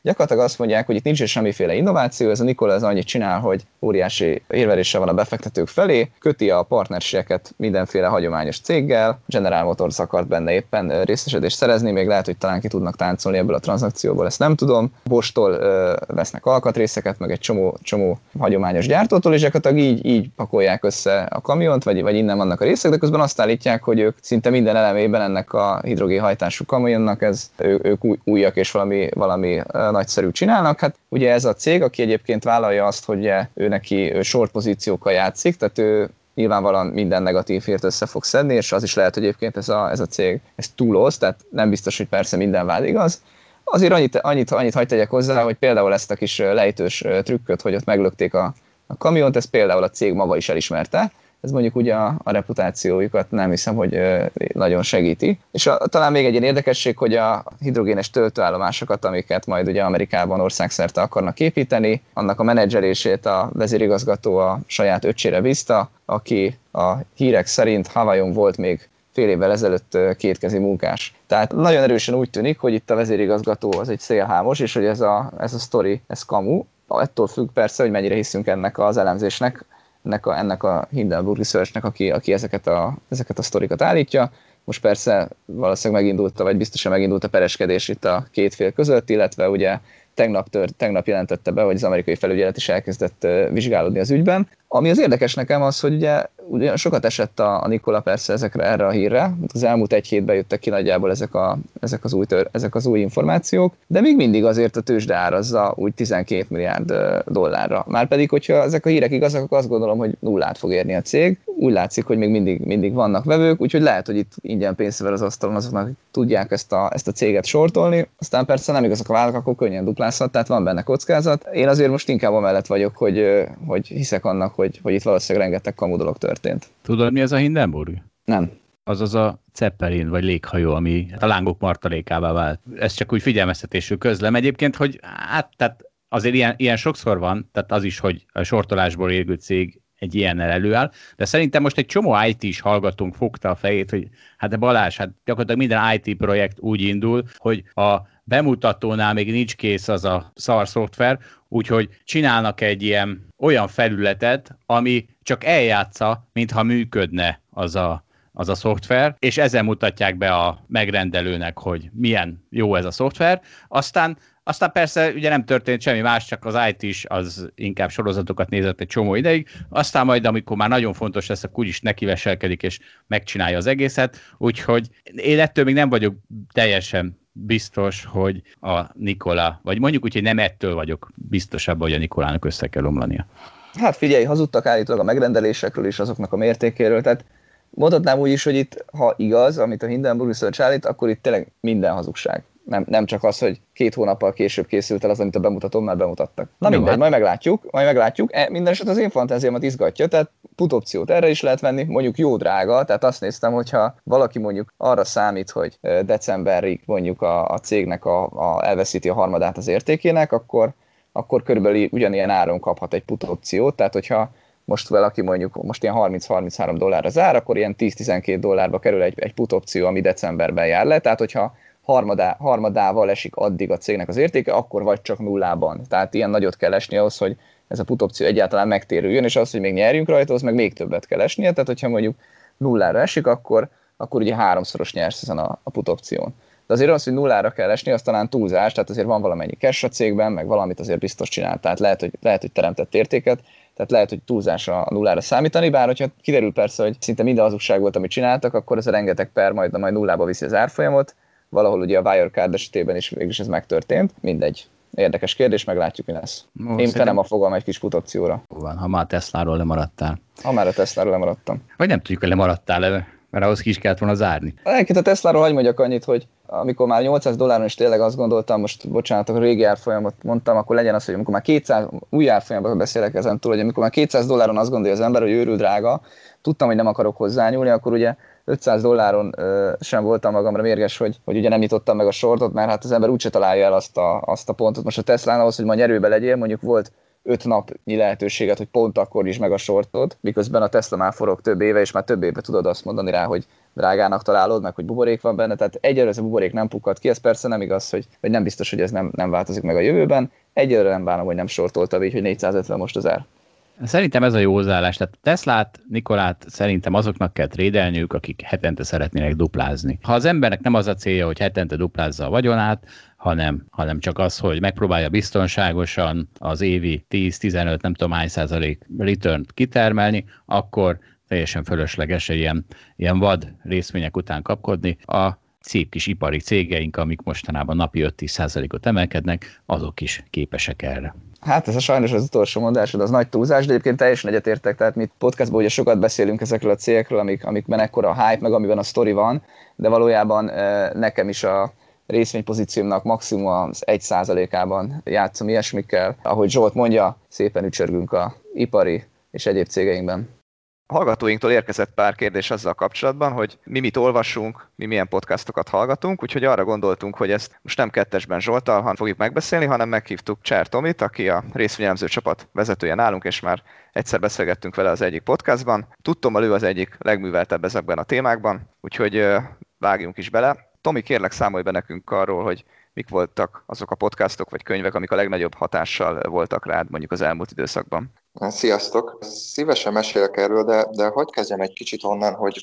Gyakorlatilag azt mondják, hogy itt nincs semmiféle innováció, ez a Nikola ez annyit csinál, hogy óriási érvelése van a befektetők felé, köti a partnerségeket mindenféle hagyományos céggel, General Motors akart benne éppen részesedést szerezni, még lehet, hogy talán ki tudnak táncolni ebből a tranzakcióból, ezt nem tudom. Bosch-tól ö, vesznek alkatrészeket, meg egy csomó, csomó hagyományos gyártótól, és gyakorlatilag így, így pakolják össze a kamiont, vagy, vagy innen vannak a részek, de közben azt állítják, hogy ők szinte minden elemében ennek a hidrogénhajtású kamionnak ez, ő, ők új, újak és valami, valami nagyszerű csinálnak. Hát ugye ez a cég, aki egyébként vállalja azt, hogy ő neki ő short pozíciókkal játszik, tehát ő nyilvánvalóan minden negatív hírt össze fog szedni, és az is lehet, hogy egyébként ez a, ez a cég ez túloz, tehát nem biztos, hogy persze minden vád igaz. Azért annyit, annyit, annyit hagy tegyek hozzá, hogy például ezt a kis lejtős trükköt, hogy ott meglökték a, a kamiont, ezt például a cég maga is elismerte. Ez mondjuk ugye a, a reputációjukat nem hiszem, hogy ö, nagyon segíti. És a, talán még egy ilyen érdekesség, hogy a hidrogénes töltőállomásokat, amiket majd ugye Amerikában országszerte akarnak építeni, annak a menedzselését a vezérigazgató a saját öccsére bízta, aki a hírek szerint Hawaiion volt még fél évvel ezelőtt kétkezi munkás. Tehát nagyon erősen úgy tűnik, hogy itt a vezérigazgató az egy szélhámos, és hogy ez a, ez a sztori, ez kamu. Ettől függ persze, hogy mennyire hiszünk ennek az elemzésnek, ennek a, ennek a Hindenburg Researchnek, aki, aki ezeket, a, ezeket a sztorikat állítja. Most persze valószínűleg megindult, vagy biztosan megindult a pereskedés itt a két fél között, illetve ugye tegnap, tört, tegnap jelentette be, hogy az amerikai felügyelet is elkezdett vizsgálódni az ügyben. Ami az érdekes nekem az, hogy ugye, ugye sokat esett a, a Nikola persze ezekre, erre a hírre, az elmúlt egy hétben jöttek ki nagyjából ezek, a, ezek, az új tör, ezek az új információk, de még mindig azért a tőzsde árazza úgy tizenkét milliárd dollárra. Márpedig, hogyha ezek a hírek igazak, akkor azt gondolom, hogy nullát fog érni a cég. Úgy látszik, hogy még mindig, mindig vannak vevők, úgyhogy lehet, hogy itt ingyen pénzt ver az asztalon azoknak, hogy tudják ezt a, ezt a céget sortolni. Aztán persze nem igazak a vállak, akkor könnyen duplázhat, tehát van benne kockázat. Én azért most inkább amellett vagyok, hogy, hogy hiszek annak, hogy, hogy itt valószínűleg rengeteg kamu dolog történt. Tudod, mi ez a Hindenburg? Nem. Az az a Zeppelin, vagy léghajó, ami a lángok martalékává vált. Ez csak úgy figyelmeztetésül közlem egyébként, hogy hát, tehát azért ilyen, ilyen sokszor van, tehát az is, hogy a sortolásból élő cég egy ilyennel előáll, de szerintem most egy csomó i té-s hallgatónk fogta a fejét, hogy hát de Balázs, hát gyakorlatilag minden i té projekt úgy indul, hogy a bemutatónál még nincs kész az a szar szoftver, úgyhogy csinálnak egy ilyen olyan felületet, ami csak eljátsza, mintha működne az a, az a szoftver, és ezen mutatják be a megrendelőnek, hogy milyen jó ez a szoftver. Aztán Aztán persze ugye nem történt semmi más, csak az i té is az inkább sorozatokat nézett egy csomó ideig, aztán majd amikor már nagyon fontos lesz, akkor úgyis nekiveselkedik és megcsinálja az egészet, úgyhogy én ettől még nem vagyok teljesen biztos, hogy a Nikola, vagy mondjuk úgy, hogy nem ettől vagyok biztosabb, hogy a Nikolának össze kell omlania. Hát figyelj, hazudtak állítólag a megrendelésekről és azoknak a mértékéről, tehát mondhatnám úgy is, hogy itt, ha igaz, amit a Hindenburg Research állít, akkor itt tényleg minden hazugság. Nem, nem csak az, hogy két hónappal később készült el az, amit a bemutatón már bemutattak. Na mindegy, majd meglátjuk, majd meglátjuk. E, minden eset az én fantáziámat izgatja, tehát put-opciót erre is lehet venni, mondjuk jó drága, tehát azt néztem, hogyha valaki mondjuk arra számít, hogy decemberig mondjuk a, a cégnek a, a elveszíti a harmadát az értékének, akkor, akkor körülbelül ugyanilyen áron kaphat egy put-opciót, tehát hogyha most valaki mondjuk most ilyen harminc-harminchárom dollárra zár, akkor ilyen tíz-tizenkét dollárba kerül egy, egy put-opció, ami decemberben jár le, tehát hogyha Harmadá, harmadával esik addig a cégnek az értéke, akkor vagy csak nullában. Tehát ilyen nagyot kell esni ahhoz, hogy ez a put opció egyáltalán megtérüljön, és az, hogy még nyerjünk rajta, az meg még többet kell esnie. Tehát, hogyha mondjuk nullára esik, akkor, akkor ugye háromszoros nyersz ezen a, a put opción. De azért az, hogy nullára kell esni, az talán túlzás, tehát azért van valamennyi cash a cégben, meg valamit azért biztos csinál. Tehát lehet, hogy, lehet, hogy teremtett értéket, tehát lehet, hogy túlzás a nullára számítani, bár hogyha kiderül persze, hogy szinte minden hazugság volt, amit csináltak, akkor ez a rengeteg per majd, majd nullába viszi az árfolyamot. Valahol ugye a Wirecard esetében is végülis ez megtörtént. Mindegy. Érdekes kérdés, meglátjuk, mi lesz. Ó, Én terem a fogam egy kis put opcióra. Van, ha már a Tesláról lemaradtál. Ha már a Tesláról lemaradtam. Vagy nem tudjuk, hogy lemaradtál, mert ahhoz ki is kellett volna zárni. Egyébként a Tesláról hagy mondjak annyit, hogy amikor már nyolcszáz dolláron is tényleg azt gondoltam, most bocsánat, a régi árfolyamot mondtam, akkor legyen az, hogy amikor már kétszáz, új árfolyamban beszélek ezen túl, hogy amikor már kétszáz dolláron azt gondolja az ember, hogy őrül drága, tudtam, hogy nem akarok hozzányúlni, akkor ugye ötszáz dolláron ö, sem voltam magamra mérges, hogy, hogy ugye nem nyitottam meg a sortot, mert hát az ember úgyse találja el azt a, azt a pontot. Most a Teslán ahhoz, hogy ma nyerőbe legyél, mondjuk volt öt napnyi lehetőséget, hogy pont akkor is meg a sortod, miközben a Tesla már forog több éve, és már több éve tudod azt mondani rá, hogy drágának találod, meg hogy buborék van benne, tehát egyelőre ez a buborék nem pukkad ki, ez persze nem igaz, hogy, vagy nem biztos, hogy ez nem, nem változik meg a jövőben, egyelőre nem bánom, hogy nem sortolta így, hogy négyszázötven most az ár. Szerintem ez a jó hozzáállás. Tehát Teslát, Nikolát szerintem azoknak kell trédelniük, akik hetente szeretnének duplázni. Ha az embernek nem az a célja, hogy hetente duplázza a vagyonát, hanem, hanem csak az, hogy megpróbálja biztonságosan az évi tíz-tizenöt, nem tudom hány százalék return-t kitermelni, akkor teljesen fölösleges ilyen, ilyen vad részvények után kapkodni. A szép kis ipari cégeink, amik mostanában napi öt-tíz százalékot emelkednek, azok is képesek erre. Hát ez a sajnos az utolsó mondásod, az nagy túlzás, de egyébként teljesen egyetértek, tehát mi podcastban ugye sokat beszélünk ezekről a cégekről, amik, amikben ekkora a hype, meg amiben a sztori van, de valójában nekem is a részvénypozíciómnak maximum az egy százalékában játszom ilyesmikkel. Ahogy Zsolt mondja, szépen ücsörgünk a ipari és egyéb cégeinkben. A hallgatóinktól érkezett pár kérdés azzal kapcsolatban, hogy mi mit olvasunk, mi milyen podcastokat hallgatunk, úgyhogy arra gondoltunk, hogy ezt most nem kettesben Zsolttal han fogjuk megbeszélni, hanem meghívtuk Cser Tomit, aki a részvényelemző csapat vezetője nálunk, és már egyszer beszélgettünk vele az egyik podcastban. Tudtommal ő az egyik legműveltebb ezekben a témákban, úgyhogy vágjunk is bele. Tomi, kérlek, számolj be nekünk arról, hogy mik voltak azok a podcastok vagy könyvek, amik a legnagyobb hatással voltak rád mondjuk az elmúlt időszakban. Sziasztok! Szívesen mesélek erről, de, de hadd kezdjem egy kicsit onnan, hogy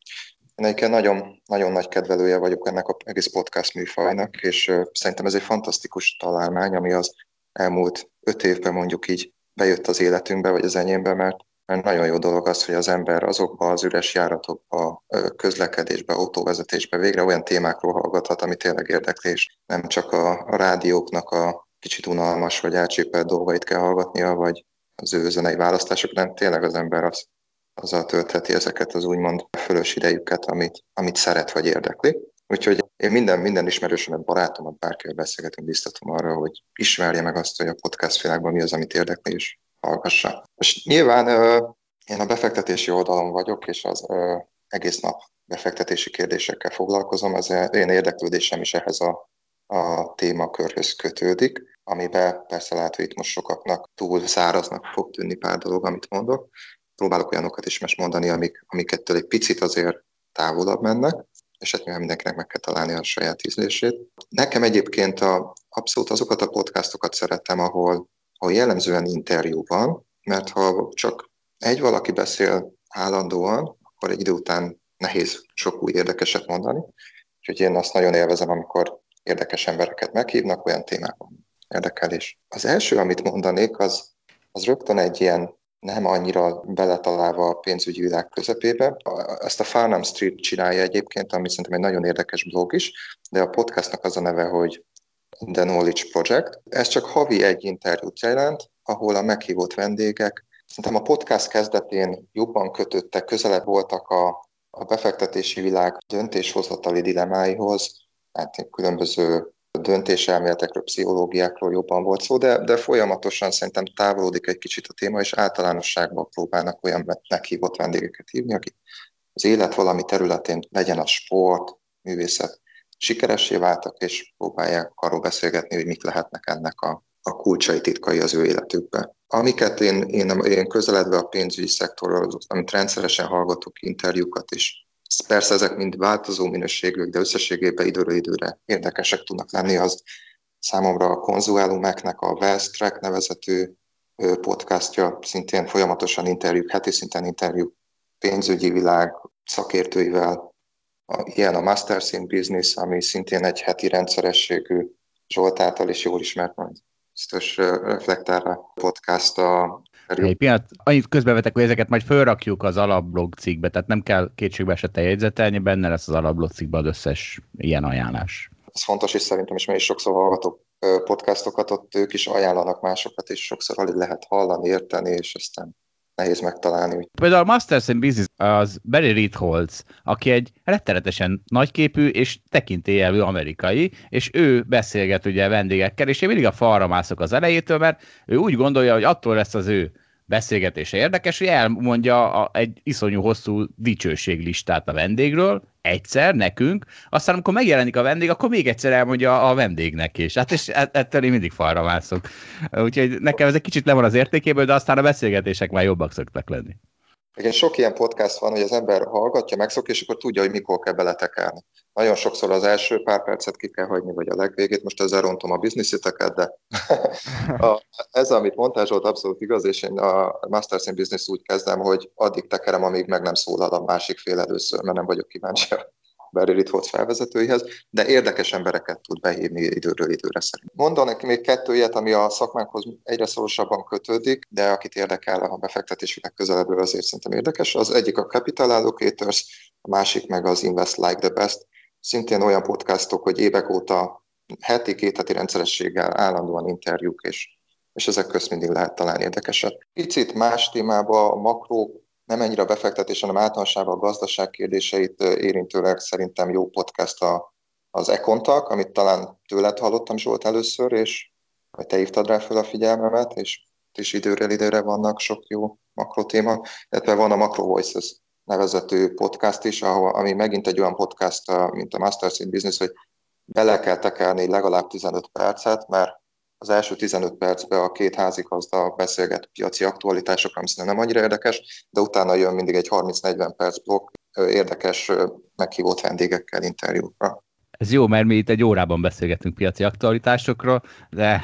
én egyébként nagyon, nagyon nagy kedvelője vagyok ennek az egész podcast műfajnak, és uh, szerintem ez egy fantasztikus találmány, ami az elmúlt öt évben mondjuk így bejött az életünkbe, vagy az enyémbe, mert, mert nagyon jó dolog az, hogy az ember azokba az üres járatokba, közlekedésbe, autóvezetésbe végre olyan témákról hallgathat, ami tényleg érdekli, és nem csak a, a rádióknak a kicsit unalmas, vagy elcsépelt dolgait kell hallgatnia, vagy az ő zenei választások, nem tényleg az ember az, azzal töltheti ezeket az úgymond fölös idejüket, amit, amit szeret vagy érdekli. Úgyhogy én minden, minden ismerősömet, barátomat, bárkivel beszélgetünk, biztatom arra, hogy ismerje meg azt, hogy a podcast világban mi az, amit érdekli, és hallgassa. És nyilván uh, én a befektetési oldalon vagyok, és az uh, egész nap befektetési kérdésekkel foglalkozom, az én érdeklődésem is ehhez a, a témakörhöz kötődik, amiben persze lehet, hogy itt most sokaknak túl száraznak fog tűnni pár dolog, amit mondok. Próbálok olyanokat is most mondani, amik, amik ettől egy picit azért távolabb mennek, és hát nyilván mindenkinek meg kell találni a saját ízlését. Nekem egyébként a, abszolút azokat a podcastokat szeretem, ahol, ahol jellemzően interjú van, mert ha csak egy valaki beszél állandóan, akkor egy idő után nehéz sok új érdekeset mondani. Úgyhogy én azt nagyon élvezem, amikor érdekes embereket meghívnak olyan témában érdekelés. Az első, amit mondanék, az, az rögtön egy ilyen nem annyira beletalálva a pénzügyi világ közepébe. Ezt a Farnham Street csinálja egyébként, ami szerintem egy nagyon érdekes blog is, de a podcastnak az a neve, hogy The Knowledge Project. Ez csak havi egy interjút jelent, ahol a meghívott vendégek szerintem a podcast kezdetén jobban kötöttek, közelebb voltak a, a befektetési világ döntéshozatali dilemáihoz, hát különböző döntéselméletekről, pszichológiákról jobban volt szó, de, de folyamatosan szerintem távolodik egy kicsit a téma, és általánosságban próbálnak olyan meghívott vendégeket hívni, akik az élet valami területén, legyen a sport, művészet, sikeressé váltak, és próbálják arról beszélgetni, hogy mik lehetnek ennek a, a kulcsai, titkai az ő életükben. Amiket én, én, én közeledve a pénzügyi szektorral, amit rendszeresen hallgatok interjúkat is, persze ezek mind változó minőségűek, de összességében időről időre érdekesek tudnak lenni. Az számomra a Konzuálumeknek a Wealth Track nevezetű podcastja, szintén folyamatosan interjúk, heti szinten interjúk pénzügyi világ szakértőivel. Ilyen a Masters in Business, ami szintén egy heti rendszerességű, Zsolt által is jól ismert, majd biztos reflektálra podcast a Egy pillanat, annyit közbevetek, hogy ezeket majd felrakjuk az alapblog cikkbe, tehát nem kell kétségbe esettel jegyzetelni, benne lesz az alapblog cikkben az összes ilyen ajánlás. Ez fontos, és szerintem is, mert is sokszor hallgatok podcastokat, ott ők is ajánlanak másokat, és sokszor alig lehet hallani, érteni, és aztán nehéz megtalálni. Például a Masters in Business az Barry Ritholtz, aki egy rettenetesen nagyképű és tekintélyelvű amerikai, és ő beszélget ugye vendégekkel, és én mindig a falra mászok az elejétől, mert ő úgy gondolja, hogy attól lesz az ő beszélgetése érdekes, hogy elmondja a, egy iszonyú hosszú dicsőséglistát a vendégről, egyszer nekünk, aztán amikor megjelenik a vendég, akkor még egyszer elmondja a vendégnek is. Hát és ettől én mindig falra mászok. Úgyhogy nekem ez egy kicsit le van az értékéből, de aztán a beszélgetések már jobbak szoktak lenni. Igen, sok ilyen podcast van, hogy az ember hallgatja, megszokja, és akkor tudja, hogy mikor kell beletekelni. Nagyon sokszor az első pár percet ki kell hagyni, vagy a legvégét, most ezzel rontom a bizniszeteket, de a, ez, amit mondtál, Zsolt, abszolút igaz, és én a Masters in Business úgy kezdem, hogy addig tekerem, amíg meg nem szólal a másik fél először, mert nem vagyok kíváncsi a Barry Ritholtz felvezetőihez, de érdekes embereket tud behívni időről időre szerint. Mondanak még kettő ilyet, ami a szakmánkhoz egyre szorosabban kötődik, de akit érdekel a befektetésüknek közelebbről, azért szerintem érdekes. Az egyik a Capital Allocators, a másik meg az Invest Like the Best. Szintén olyan podcastok, hogy évek óta heti, két heti rendszerességgel állandóan interjúk, és, és ezek közt mindig lehet találni érdekeset. Picit más témában a makro, nem ennyire a befektetés, hanem általánosában a gazdaság kérdéseit érintőleg szerintem jó podcast a, az Econtalk, amit talán tőled hallottam, Zsolt, először, és vagy te hívtad rá fel a figyelmemet, és is időről időre vannak sok jó makrotéma, illetve van a Macro Voices nevezetű podcast is, ahol, ami megint egy olyan podcast, mint a Masters in Business, hogy bele kell tekerni legalább tizenöt percet, mert az első tizenöt percben a két házigazda beszélget piaci aktualitásokra, ami szerintem nem annyira érdekes, de utána jön mindig egy harminc-negyven perc blokk érdekes meghívott vendégekkel interjúkra. Ez jó, mert mi itt egy órában beszélgetünk piaci aktualitásokról, de...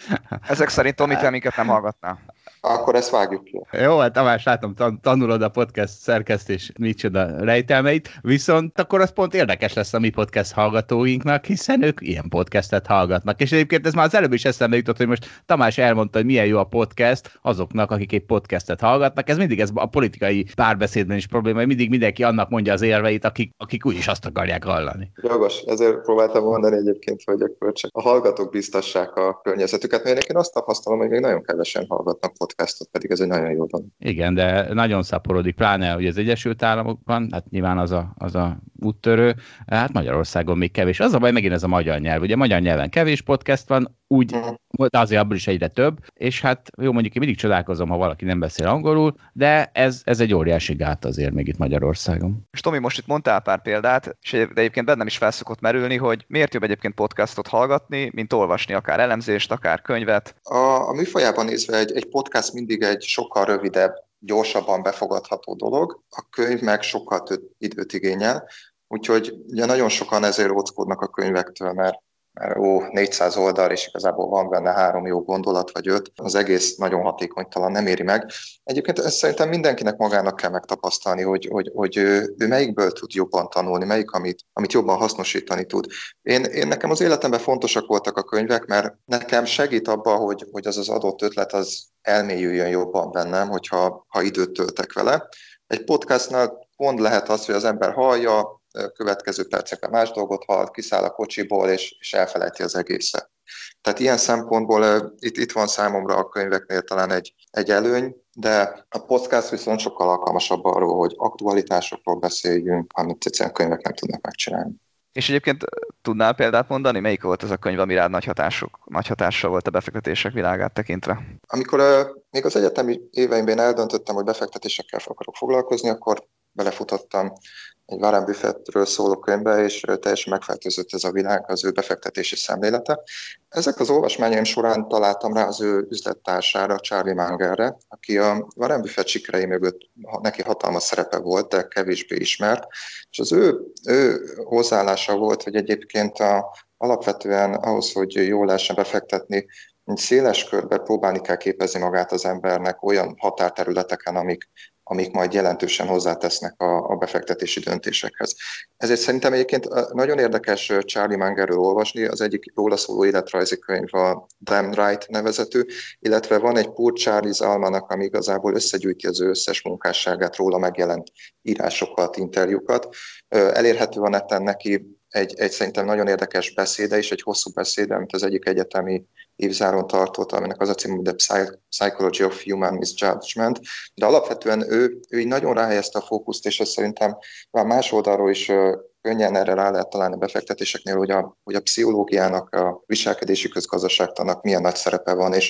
Ezek szerint Tomi, minket nem hallgatná. Akkor ezt vágjuk ki. Jó, hát Tamás, látom, tan- tanulod a podcast szerkesztés micsoda rejtelmeit, viszont akkor az pont érdekes lesz a mi podcast hallgatóinknak, hiszen ők ilyen podcastet hallgatnak. És egyébként ez már az előbb is eszembe jutott, hogy most Tamás elmondta, hogy milyen jó a podcast azoknak, akik egy podcastet hallgatnak. Ez mindig ez a politikai párbeszédben is probléma, hogy mindig mindenki annak mondja az érveit, akik, akik úgyis azt akarják hallani. Jogos, ezért próbáltam mondani egyébként, hogy akkor csak a hallgatók biztassák a környezetüket, mert én azt tapasztalom, hogy még nagyon kevesen hallgatnak podcastot, pedig ez egy nagyon jó dolog. Igen, de nagyon szaporodik, pláne ugye az Egyesült Államokban, hát nyilván az a, az a úttörő, hát Magyarországon még kevés. Az a baj, megint ez a magyar nyelv. Ugye magyar nyelven kevés podcast van, úgy, de azért abból is egyre több, és hát jó, mondjuk én mindig csodálkozom, ha valaki nem beszél angolul, de ez, ez egy óriási gát azért még itt Magyarországon. És Tomi, most itt mondtál pár példát, és de egyébként bennem is fel szokott merülni, hogy miért jobb egyébként podcastot hallgatni, mint olvasni akár elemzést, akár könyvet. A, a műfajában nézve egy, egy podcast mindig egy sokkal rövidebb, gyorsabban befogadható dolog, a könyv meg sokkal több időt igényel, úgyhogy ugye nagyon sokan ezért óckodnak a könyvektől, mert mert ó, négyszáz oldal, és igazából van benne három jó gondolat, vagy öt, az egész nagyon hatékonytalan, nem éri meg. Egyébként ezt szerintem mindenkinek magának kell megtapasztalni, hogy, hogy, hogy ő, ő melyikből tud jobban tanulni, melyik, amit, amit jobban hasznosítani tud. Én, én nekem az életemben fontosak voltak a könyvek, mert nekem segít abban, hogy, hogy az az adott ötlet az elmélyüljön jobban bennem, hogyha ha időt töltek vele. Egy podcastnál pont lehet az, hogy az ember hallja, következő percekben más dolgot hall, kiszáll a kocsiból, és, és elfelejti az egészet. Tehát ilyen szempontból uh, itt, itt van számomra a könyveknél talán egy, egy előny, de a podcast viszont sokkal alkalmasabb arról, hogy aktualitásokról beszéljünk, amit egyszerűen könyvek nem tudnak megcsinálni. És egyébként tudnál példát mondani, melyik volt az a könyv, ami rád nagy, hatásuk, nagy hatással volt a befektetések világát tekintve? Amikor uh, még az egyetemi éveimben eldöntöttem, hogy befektetésekkel akarok foglalkozni, akkor belefutottam egy Warren Buffettről szóló könyvbe, és teljesen megfertőzött ez a világ, az ő befektetési szemlélete. Ezek az olvasmányaim során találtam rá az ő üzlettársára, Charlie Mungerre, aki a Warren Buffett sikerei mögött neki hatalmas szerepe volt, de kevésbé ismert, és az ő, ő hozzáállása volt, hogy egyébként a, alapvetően ahhoz, hogy jól lehessen befektetni, széles körben próbálni kell képezni magát az embernek olyan határterületeken, amik, amik majd jelentősen hozzátesznek a, a befektetési döntésekhez. Ezért szerintem egyébként nagyon érdekes Charlie Mungerről olvasni, az egyik róla szóló életrajzi könyv a Damn Right nevezetű, illetve van egy Poor Charlie's Almanac, ami igazából összegyűjti az ő összes munkásságát, róla megjelent írásokat, interjúkat. Elérhető a neten neki egy, egy szerintem nagyon érdekes beszéde is, egy hosszú beszéde, amit az egyik egyetemi évzáron tartott, aminek az a cím, The Psychology of Human Misjudgment, de alapvetően ő, ő így nagyon ráhelyezte a fókuszt, és ez szerintem már más oldalról is könnyen erre rá lehet találni a befektetéseknél, hogy a, hogy a pszichológiának, a viselkedési közgazdaságtannak milyen nagy szerepe van, és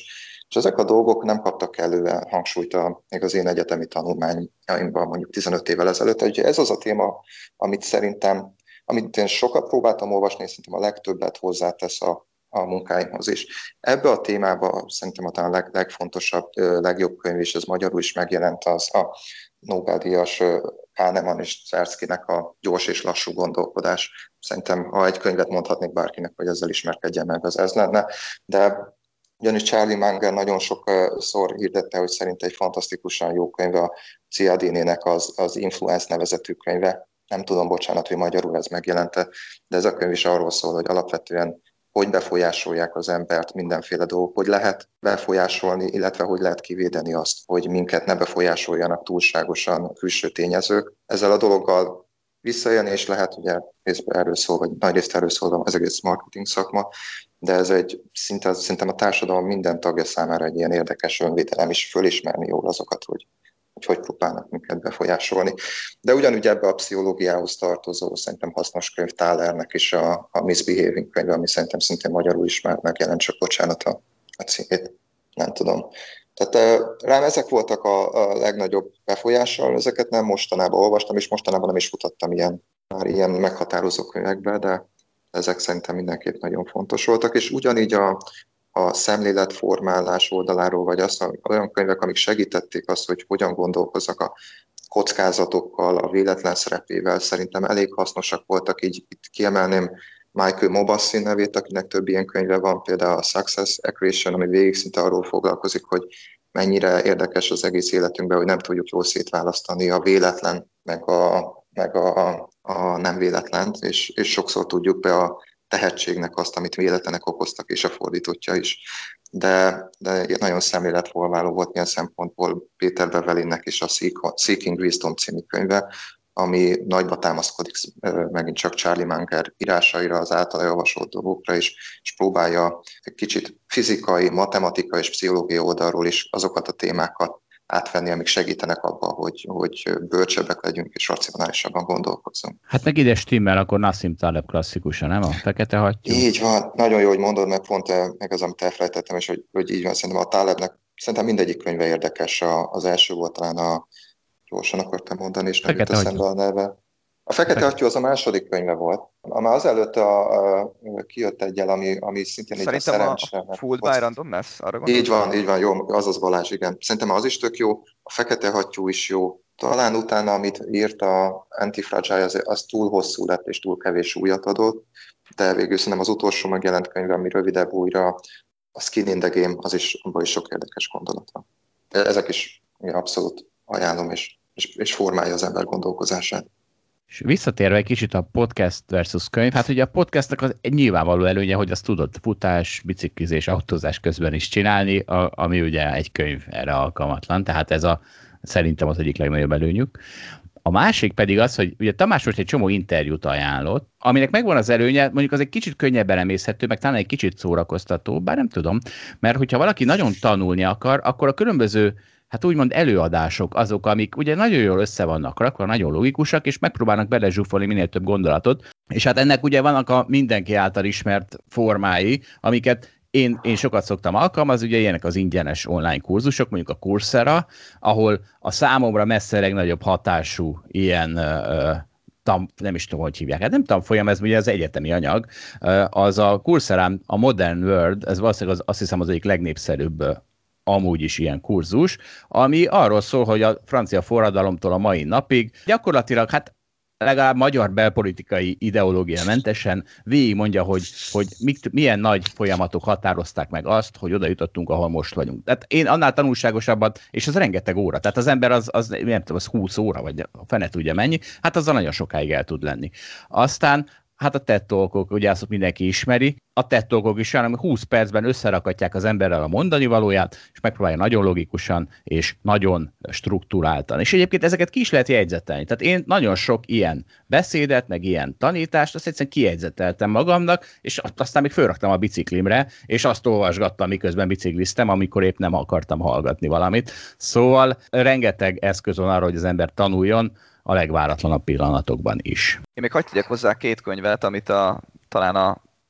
És ezek a dolgok nem kaptak kellően hangsúlyt a, még az én egyetemi tanulmányaimban mondjuk tizenöt évvel ezelőtt. Ugye ez az a téma, amit szerintem, amit én sokat próbáltam olvasni, és szerintem a legtöbbet hozzátesz a, a munkáimhoz is. Ebbe a témába szerintem a talán leg, legfontosabb, legjobb könyv, és ez magyarul is megjelent, az a Nobel-díjas Kahneman és Tverskynek a Gyors és lassú gondolkodás. Szerintem, ha egy könyvet mondhatnék bárkinek, hogy ezzel ismerkedjen meg, az ez lenne. De ugyanis Charlie Munger nagyon sokszor hirdette, hogy szerint egy fantasztikusan jó könyv a Cialdininek az, az Influence nevezetű könyve. Nem tudom, bocsánat, hogy magyarul ez megjelente, de ez a könyv is arról szól, hogy alapvetően hogy befolyásolják az embert mindenféle dolgok, hogy lehet befolyásolni, illetve hogy lehet kivédeni azt, hogy minket ne befolyásoljanak túlságosan külső tényezők. Ezzel a dologgal visszajönni, és lehet, ugye részben erről szól, vagy nagy részt erről szól az egész marketing szakma, de ez egy szinte, szerintem a társadalom minden tagja számára egy ilyen érdekes önvédelem is, fölismerni jól azokat, hogy hogy hogy próbálnak minket befolyásolni. De ugyanúgy ebbe a pszichológiához tartozó, szerintem hasznos könyv Thalernek is a, a Misbehaving könyve, ami szerintem szintén magyarul is már megjelent, csak bocsánat a, a címét, nem tudom. Tehát rám ezek voltak a, a legnagyobb befolyással, ezeket nem mostanában olvastam, és mostanában nem is futattam ilyen, már ilyen meghatározó könyvekbe, de ezek szerintem mindenképp nagyon fontos voltak, és ugyanígy a a szemléletformálás oldaláról, vagy azt, olyan könyvek, amik segítették azt, hogy hogyan gondolkozzak a kockázatokkal, a véletlen szerepével, szerintem elég hasznosak voltak, így itt kiemelném Michael Mobassin nevét, akinek több ilyen könyve van, például a Success Accretion, ami végig szinte arról foglalkozik, hogy mennyire érdekes az egész életünkben, hogy nem tudjuk jól szétválasztani a véletlen, meg a, meg a, a nem véletlent, és, és sokszor tudjuk be a tehetségnek azt, amit véletlenek okoztak, és a fordítottja is. De, de nagyon szemléletformáló volt ilyen szempontból Péter Bevelinnek is a Seeking Wisdom című könyve, ami nagyba támaszkodik megint csak Charlie Munger írásaira, az általa javasolt dolgokra is, és próbálja egy kicsit fizikai, matematikai és pszichológiai oldalról is azokat a témákat átvenni, amik segítenek abban, hogy, hogy bölcsebbek legyünk és racionálisabban gondolkozzunk. Hát meg ide stimmel, akkor Nassim Taleb klasszikusa, nem? A Fekete hattyú. Így van, nagyon jó, hogy mondod, meg pont meg az, amit elfelejtettem, és hogy, hogy így van, szerintem a Talebnek, szerintem mindegyik könyve érdekes, az első volt talán a, gyorsan akartam mondani, és nem jut eszembe a neve. A Fekete hattyú az a második könyve volt. Már azelőtt a, a, kijött egyel, ami, ami szintén így a szerencse. Szerintem a Fooled by Randomness, arra gondolom? Így van, így van, jó, azaz Balázs, igen. Szerintem az is tök jó, a Fekete hattyú is jó. Talán utána, amit írt a Antifragile, az, az túl hosszú lett és túl kevés újat adott, de végül szerintem az utolsó megjelent könyve, ami rövidebb újra, a Skin in the Game, az is, abban is sok érdekes gondolat van. Ezek is abszolút ajánlom, és, és, és formálja az ember gondolkozását. És visszatérve egy kicsit a podcast versus könyv, hát ugye a podcastnak az egy nyilvánvaló előnye, hogy azt tudod futás, biciklizés, autózás közben is csinálni, a, ami ugye egy könyv erre alkalmatlan, tehát ez a szerintem az egyik legnagyobb előnyük. A másik pedig az, hogy ugye Tamás most egy csomó interjút ajánlott, aminek megvan az előnye, mondjuk az egy kicsit könnyebben emészhető, meg talán egy kicsit szórakoztató, bár nem tudom, mert hogyha valaki nagyon tanulni akar, akkor a különböző hát úgymond előadások azok, amik ugye nagyon jól össze vannak rakva, nagyon logikusak, és megpróbálnak belezsúfolni minél több gondolatot, és hát ennek ugye vannak a mindenki által ismert formái, amiket én, én sokat szoktam alkalmazni, ugye ilyenek az ingyenes online kurzusok, mondjuk a Coursera, ahol a számomra messze legnagyobb hatású ilyen uh, tam, nem is tudom, hogy hívják, hát nem tanfolyam, ez ugye az egyetemi anyag, uh, az a Courserán, a Modern World, ez valószínűleg az, azt hiszem az egyik legnépszerűbb uh, amúgy is ilyen kurzus, ami arról szól, hogy a francia forradalomtól a mai napig gyakorlatilag, hát legalább magyar belpolitikai ideológia mentesen végig mondja, hogy, hogy mik, milyen nagy folyamatok határozták meg azt, hogy oda jutottunk, ahol most vagyunk. Tehát én annál tanulságosabbat, és az rengeteg óra, tehát az ember az, az nem tudom, az húsz óra, vagy a fene tudja mennyi, hát azzal nagyon sokáig el tud lenni. Aztán hát a TED Talkok, ugye azt mindenki ismeri, a TED Talkok is olyan, ami húsz percben összerakatják az emberrel a mondani valóját, és megpróbálja nagyon logikusan és nagyon strukturáltan. És egyébként ezeket ki is lehet jegyzetelni. Tehát én nagyon sok ilyen beszédet, meg ilyen tanítást, azt egyszerűen kijegyzeteltem magamnak, és aztán még fölraktam a biciklimre, és azt olvasgattam, miközben bicikliztem, amikor épp nem akartam hallgatni valamit. Szóval rengeteg eszköz van arra, hogy az ember tanuljon, a legváratlanabb pillanatokban is. Én még hadd tegyek hozzá két könyvet, amit a, talán a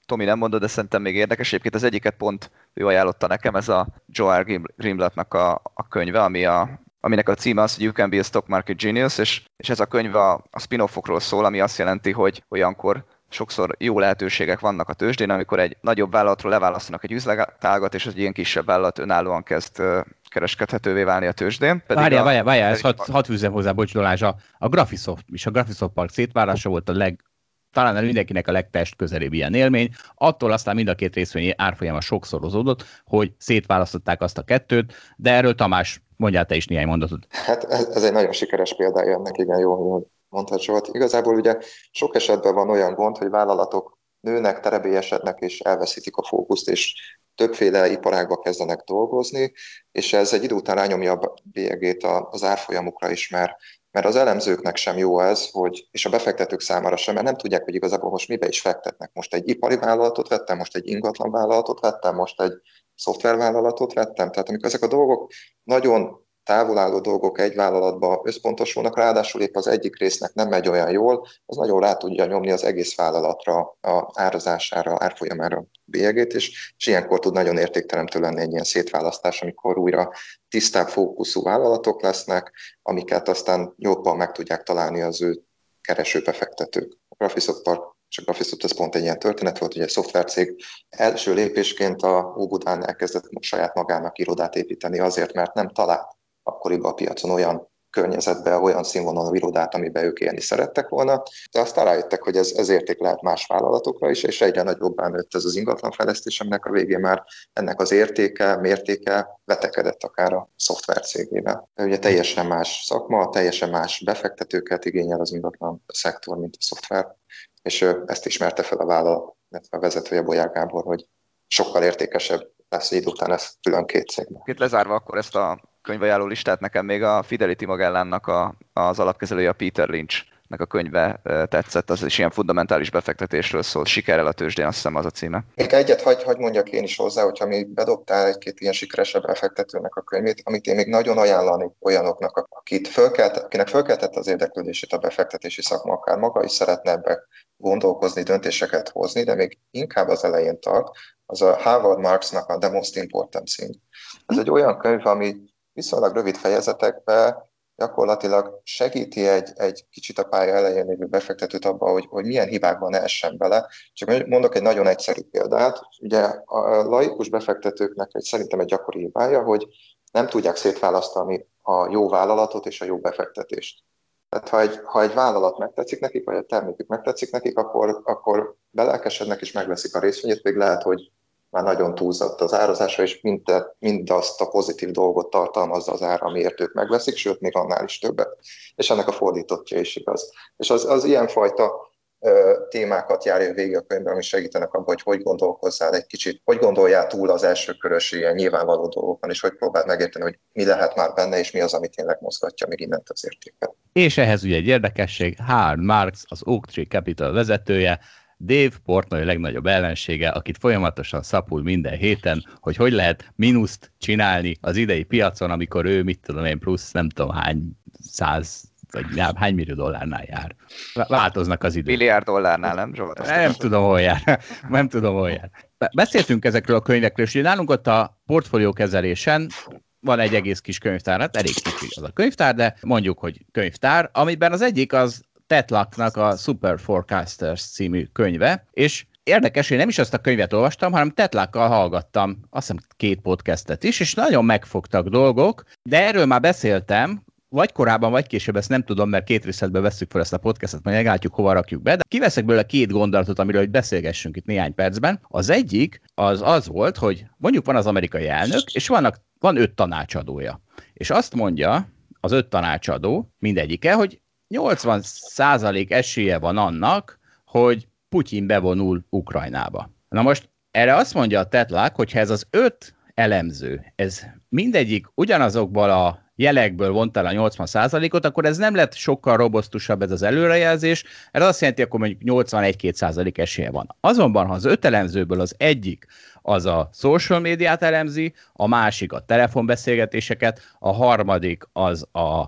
Tomi nem mondod, de szerintem még érdekes. Egyébként az egyiket pont ő ajánlotta nekem, ez a Joel Greenblattnak a, a könyve, ami a, aminek a címe az, hogy You Can Be a Stock Market Genius, és, és ez a könyv a, a spin-offokról szól, ami azt jelenti, hogy olyankor sokszor jó lehetőségek vannak a tőzsdén, amikor egy nagyobb vállalatról leválasztanak egy üzletágat, és egy ilyen kisebb vállalat önállóan kezd kereskedhetővé válni a tőzsdén. Várjál, várjál, várjál, ezt hadd had fűzzem hozzá, bocs Dolázs, a, a Graphisoft és a Graphisoft Park szétválása volt a leg, talán mindenkinek a legtest közelébb ilyen élmény. Attól aztán mind a két részvény árfolyama sokszorozódott, hogy szétválasztották azt a kettőt, de erről Tamás, mondjál te is néhány mondatot. Hát ez, ez egy nagyon sikeres példája ennek, igen, jó, mondhat Zsolt. Igazából ugye sok esetben van olyan gond, hogy vállalatok nőnek, terebélyesednek és elveszítik a fókuszt, és többféle iparágba kezdenek dolgozni, és ez egy idő után rányomja a bélyegét az árfolyamukra is, mert, mert az elemzőknek sem jó ez, hogy, és a befektetők számára sem, mert nem tudják, hogy igazából most mibe is fektetnek. Most egy ipari vállalatot vettem, most egy ingatlan vállalatot vettem, most egy szoftvervállalatot vettem. Tehát amikor ezek a dolgok nagyon távolálló dolgok egy vállalatba összpontosulnak, ráadásul épp az egyik résznek nem megy olyan jól, az nagyon rá tudja nyomni az egész vállalatra, a árazására, árfolyamára bélyegét, és, és ilyenkor tud nagyon értékteremtő lenni egy ilyen szétválasztás, amikor újra tisztább fókuszú vállalatok lesznek, amiket aztán jobban meg tudják találni az ő kereső befektetők. A Graphisoft Park és a Graphisoft ez pont egy ilyen történet volt, hogy egy szoftvercég első lépésként a Óbudán elkezdett saját magának irodát építeni azért, mert nem talált akkoriban a piacon olyan környezetbe, olyan színvonalú irodát, amiben ők élni szerettek volna, de aztán rájöttek, hogy ez, ez érték lehet más vállalatokra is, és egyre nagyobbá nőtt ez az ingatlanfejlesztés, aminek a végén már ennek az értéke, mértéke vetekedett akár a szoftvercégével. Ugye teljesen más szakma, teljesen más befektetőket igényel az ingatlan szektor, mint a szoftver, és ezt ismerte fel a vállalat, illetve a vezetője, Bolyák Gábor, hogy sokkal értékesebb lesz idő után ez külön két cégben. Itt lezárva akkor ezt a könyvajánló listát, nekem még a Fidelity Magellánnak a, az alapkezelője, a Peter Lynch-nek a könyve tetszett, az is ilyen fundamentális befektetésről szól, sikerrel a tőzsdén, azt hiszem az a címe. Még egyet hagy, hagy mondjak én is hozzá, hogyha még bedobtál egy-két ilyen sikeresebb befektetőnek a könyvét, amit én még nagyon ajánlani olyanoknak, akit fölkelt, akinek fölkeltette az érdeklődését a befektetési szakma, akár maga is szeretne ebbe gondolkozni, döntéseket hozni, de még inkább az elején tart, az a Howard Marksnak a The Most Important Thing. Ez egy olyan könyv, ami viszonylag rövid fejezetekben gyakorlatilag segíti egy, egy kicsit a pálya elején lévő befektetőt abban, hogy, hogy milyen hibákban ne essen bele. Csak mondok egy nagyon egyszerű példát. Ugye a laikus befektetőknek egy, szerintem egy gyakori hibája, hogy nem tudják szétválasztani a jó vállalatot és a jó befektetést. Tehát ha egy, ha egy vállalat megtetszik nekik, vagy a termékük megtetszik nekik, akkor, akkor belelkesednek és megveszik a részvényét, még lehet, hogy már nagyon túlzott az árazása, és mind, mindazt a pozitív dolgot tartalmazza az ára, amiért ők megveszik, sőt, még annál is többet. És ennek a fordítottja is igaz. És az, az ilyenfajta ö, témákat járja végig a könyvben, ami segítenek abban, hogy hogy gondolkozzál egy kicsit, hogy gondoljál túl az elsőkörös ilyen nyilvánvaló dolgokon, és hogy próbáld megérteni, hogy mi lehet már benne, és mi az, ami tényleg mozgatja még innent az értéket. És ehhez ugye egy érdekesség, Howard Marks, az Oaktree Capital vezetője, Dave Portnoy legnagyobb ellensége, akit folyamatosan szapul minden héten, hogy hogy lehet mínuszt csinálni az idei piacon, amikor ő, mit tudom én, plusz nem tudom hány száz, vagy hány millió dollárnál jár. Változnak az idők. Milliárd dollárnál, nem Zsolt? Nem tudom, hol jár. Nem tudom, hol jár. Beszéltünk ezekről a könyvekről, és ugye nálunk ott a portfóliókezelésen van egy egész kis könyvtár, hát elég kicsi az a könyvtár, de mondjuk, hogy könyvtár, amiben az egyik az Ted Lucknak a Super Forecasters című könyve, és érdekes, hogy nem is azt a könyvet olvastam, hanem Ted Luckkal hallgattam, azt hiszem két podcastet is, és nagyon megfogtak dolgok, de erről már beszéltem, vagy korábban, vagy később, ezt nem tudom, mert két részletben vesszük fel ezt a podcastet, majd meglátjuk, hova rakjuk be, de kiveszek belőle két gondolatot, amiről hogy beszélgessünk itt néhány percben. Az egyik az az volt, hogy mondjuk van az amerikai elnök, és vannak, van öt tanácsadója. És azt mondja az öt tanácsadó, mindegyike, hogy nyolcvan százalék esélye van annak, hogy Putyin bevonul Ukrajnába. Na most erre azt mondja a Ted Luck, hogy ha ez az öt elemző, ez mindegyik ugyanazokból a jelekből vonta el a nyolcvan százalékot, akkor ez nem lett sokkal robosztusabb ez az előrejelzés, ez azt jelenti, akkor mondjuk nyolcvanegy-két százalék esélye van. Azonban, ha az öt elemzőből az egyik az a social médiát elemzi, a másik a telefonbeszélgetéseket, a harmadik az a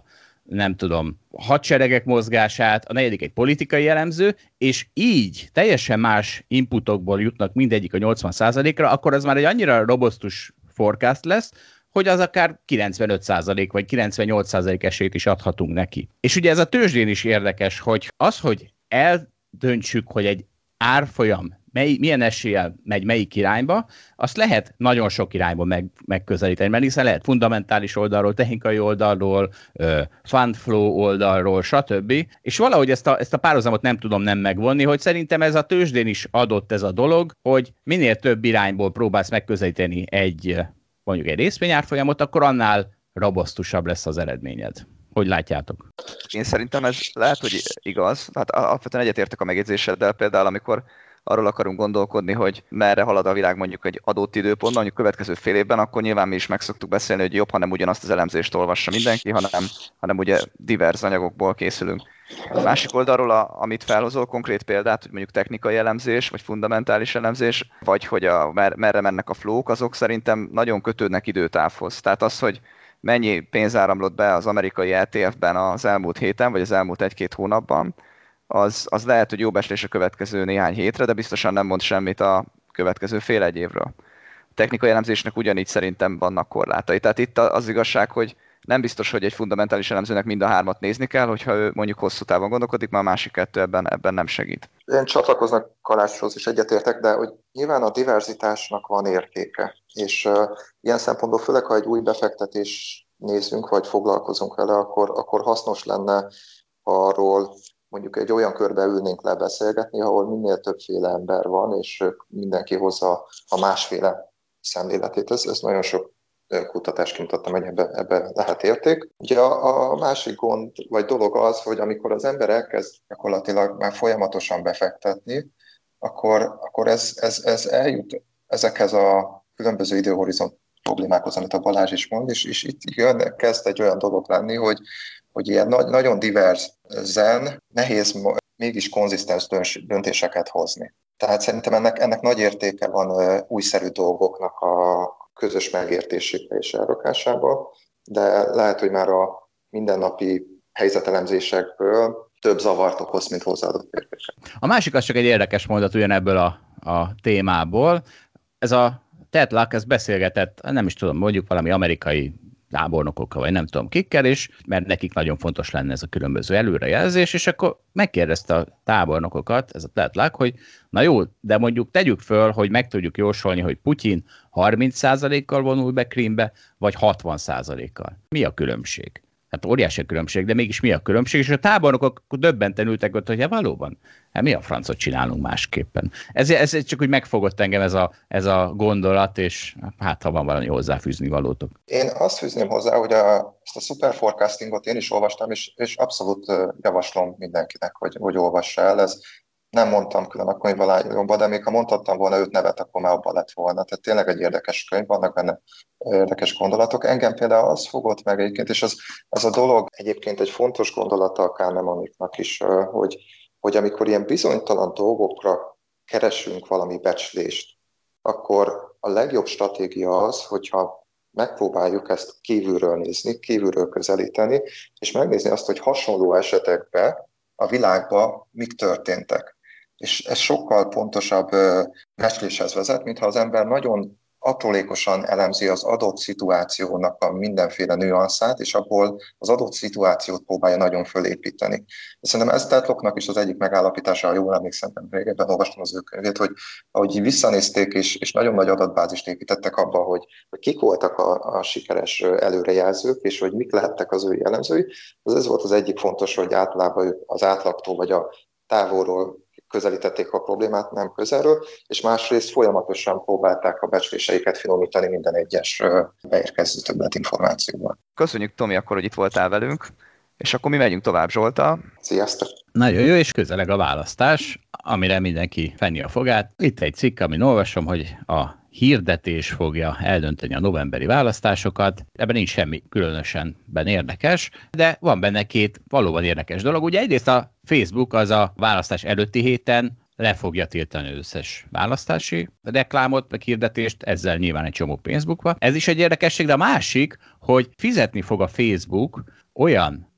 nem tudom, hadseregek mozgását, a negyedik egy politikai elemző, és így teljesen más inputokból jutnak mindegyik a nyolcvan százalékra, akkor az már egy annyira robosztus forecast lesz, hogy az akár kilencvenöt százalék vagy kilencvennyolc százalék esélyt is adhatunk neki. És ugye ez a tőzsdén is érdekes, hogy az, hogy eldöntsük, hogy egy árfolyam mely, milyen eséllyel megy melyik irányba, azt lehet nagyon sok irányba meg, megközelíteni, mert hiszen lehet fundamentális oldalról, technikai oldalról, fund flow oldalról, stb. És valahogy ezt a, ezt a párhuzamot nem tudom nem megvonni, hogy szerintem ez a tőzsdén is adott ez a dolog, hogy minél több irányból próbálsz megközelíteni egy, mondjuk egy részvényárfolyamot, akkor annál robosztusabb lesz az eredményed. Hogy látjátok? Én szerintem ez lehet, hogy igaz. Hát alapvetően egyetértek a megjegyzéseddel, például amikor arról akarunk gondolkodni, hogy merre halad a világ mondjuk egy adott időpontban, mondjuk következő fél évben, akkor nyilván mi is meg szoktuk beszélni, hogy jobb, ha nem ugyanazt az elemzést olvassa mindenki, hanem, hanem ugye divers anyagokból készülünk. A másik oldalról, a, amit felhozol, konkrét példát, hogy mondjuk technikai elemzés, vagy fundamentális elemzés, vagy hogy a, mer, merre mennek a flók, azok szerintem nagyon kötődnek időtávhoz. Tehát az, hogy mennyi pénz áramlott be az amerikai é té ef-ben az elmúlt héten, vagy az elmúlt egy-két hónapban, az, az lehet, hogy jó becslés a következő néhány hétre, de biztosan nem mond semmit a következő fél egy évről. A technikai elemzésnek ugyanígy szerintem vannak korlátai. Tehát itt az igazság, hogy nem biztos, hogy egy fundamentális elemzőnek mind a hármat nézni kell, hogyha ő mondjuk hosszú távon gondolkodik, mert a másik kettő ebben, ebben nem segít. Én csatlakoznak Kalácshoz is egyetértek, de hogy nyilván a diverzitásnak van értéke. És uh, ilyen szempontból főleg, ha egy új befektetés nézzünk, vagy foglalkozunk vele, akkor, akkor hasznos lenne arról mondjuk egy olyan körbe ülnénk le beszélgetni, ahol minél többféle ember van, és mindenki hozza a másféle szemléletét. Ez, ez nagyon sok kutatást kimutattam, hogy ebbe, ebbe lehet érték. Ugye a, a másik gond, vagy dolog az, hogy amikor az ember elkezd gyakorlatilag már folyamatosan befektetni, akkor, akkor ez, ez, ez eljut ezekhez a különböző időhorizont problémákhoz, amit a Balázs is mond, és, és itt jön, kezd egy olyan dolog lenni, hogy, hogy ilyen nagy, nagyon diverzen, nehéz mégis konzisztens döntéseket hozni. Tehát szerintem ennek, ennek nagy értéke van újszerű dolgoknak a közös megértésére és elrakásába, de lehet, hogy már a mindennapi helyzetelemzésekből több zavart okoz, mint hozzáadott értéket. A másik az csak egy érdekes mondat ugyanebből a, a témából. Ez a Ted Luck, ez beszélgetett, nem is tudom, mondjuk valami amerikai tábornokokkal, vagy nem tudom kikkel, és mert nekik nagyon fontos lenne ez a különböző előrejelzés, és akkor megkérdezte a tábornokokat, ez a Ted Luck, hogy na jó, de mondjuk tegyük föl, hogy meg tudjuk jósolni, hogy Putyin harminc százalékkal vonul be Krímbe, vagy hatvan százalékkal. Mi a különbség? Hát óriási a különbség, de mégis mi a különbség? És a tábornokok döbbenten ültek ott, hogy hát valóban, hát mi a francot csinálunk másképpen. Ez, ez csak úgy megfogott engem ez a, ez a gondolat, és hát ha van valami hozzáfűzni valótok. Én azt fűzném hozzá, hogy a, ezt a super forecastingot én is olvastam, és, és abszolút javaslom mindenkinek, hogy, hogy olvassa el. Ez nem mondtam külön a könyvvalányomban, de még ha mondhattam volna öt nevet, akkor már abban lett volna. Tehát tényleg egy érdekes könyv, vannak benne érdekes gondolatok. Engem például az fogott meg egyébként, és az, az a dolog egyébként egy fontos gondolata a Kahnemannak is, hogy, hogy amikor ilyen bizonytalan dolgokra keresünk valami becslést, akkor a legjobb stratégia az, hogyha megpróbáljuk ezt kívülről nézni, kívülről közelíteni, és megnézni azt, hogy hasonló esetekben a világban mik történtek. És ez sokkal pontosabb becsléshez vezet, mintha az ember nagyon aprólékosan elemzi az adott szituációnak a mindenféle nüanszát, és abból az adott szituációt próbálja nagyon fölépíteni. De szerintem ez Ted Lucknak is az egyik megállapítása, ha jól emlékszem, régebben olvastam az ő könyvét, hogy ahogy visszanézték, és, és nagyon nagy adatbázist építettek abba, hogy, hogy kik voltak a, a sikeres előrejelzők, és hogy mik lehettek az ő jellemzői, az ez volt az egyik fontos, hogy általában az átlagtól vagy a távolról közelítették a problémát, nem közelről, és másrészt folyamatosan próbálták a becsléseiket finomítani minden egyes beérkező többletinformációban. Köszönjük, Tomi, akkor, hogy itt voltál velünk, és akkor mi megyünk tovább Zsolttal. Sziasztok! Nagyon jó, és közeleg a választás, amire mindenki fenni a fogát. Itt egy cikk, amin olvasom, hogy a hirdetés fogja eldönteni a novemberi választásokat. Ebben nincs semmi különösen benne érdekes, de van benne két valóban érdekes dolog. Ugye egyrészt a Facebook az a választás előtti héten le fogja tiltani az összes választási reklámot, meg hirdetést, ezzel nyilván egy csomó pénz bukva. Ez is egy érdekesség, de a másik, hogy fizetni fog a Facebook olyan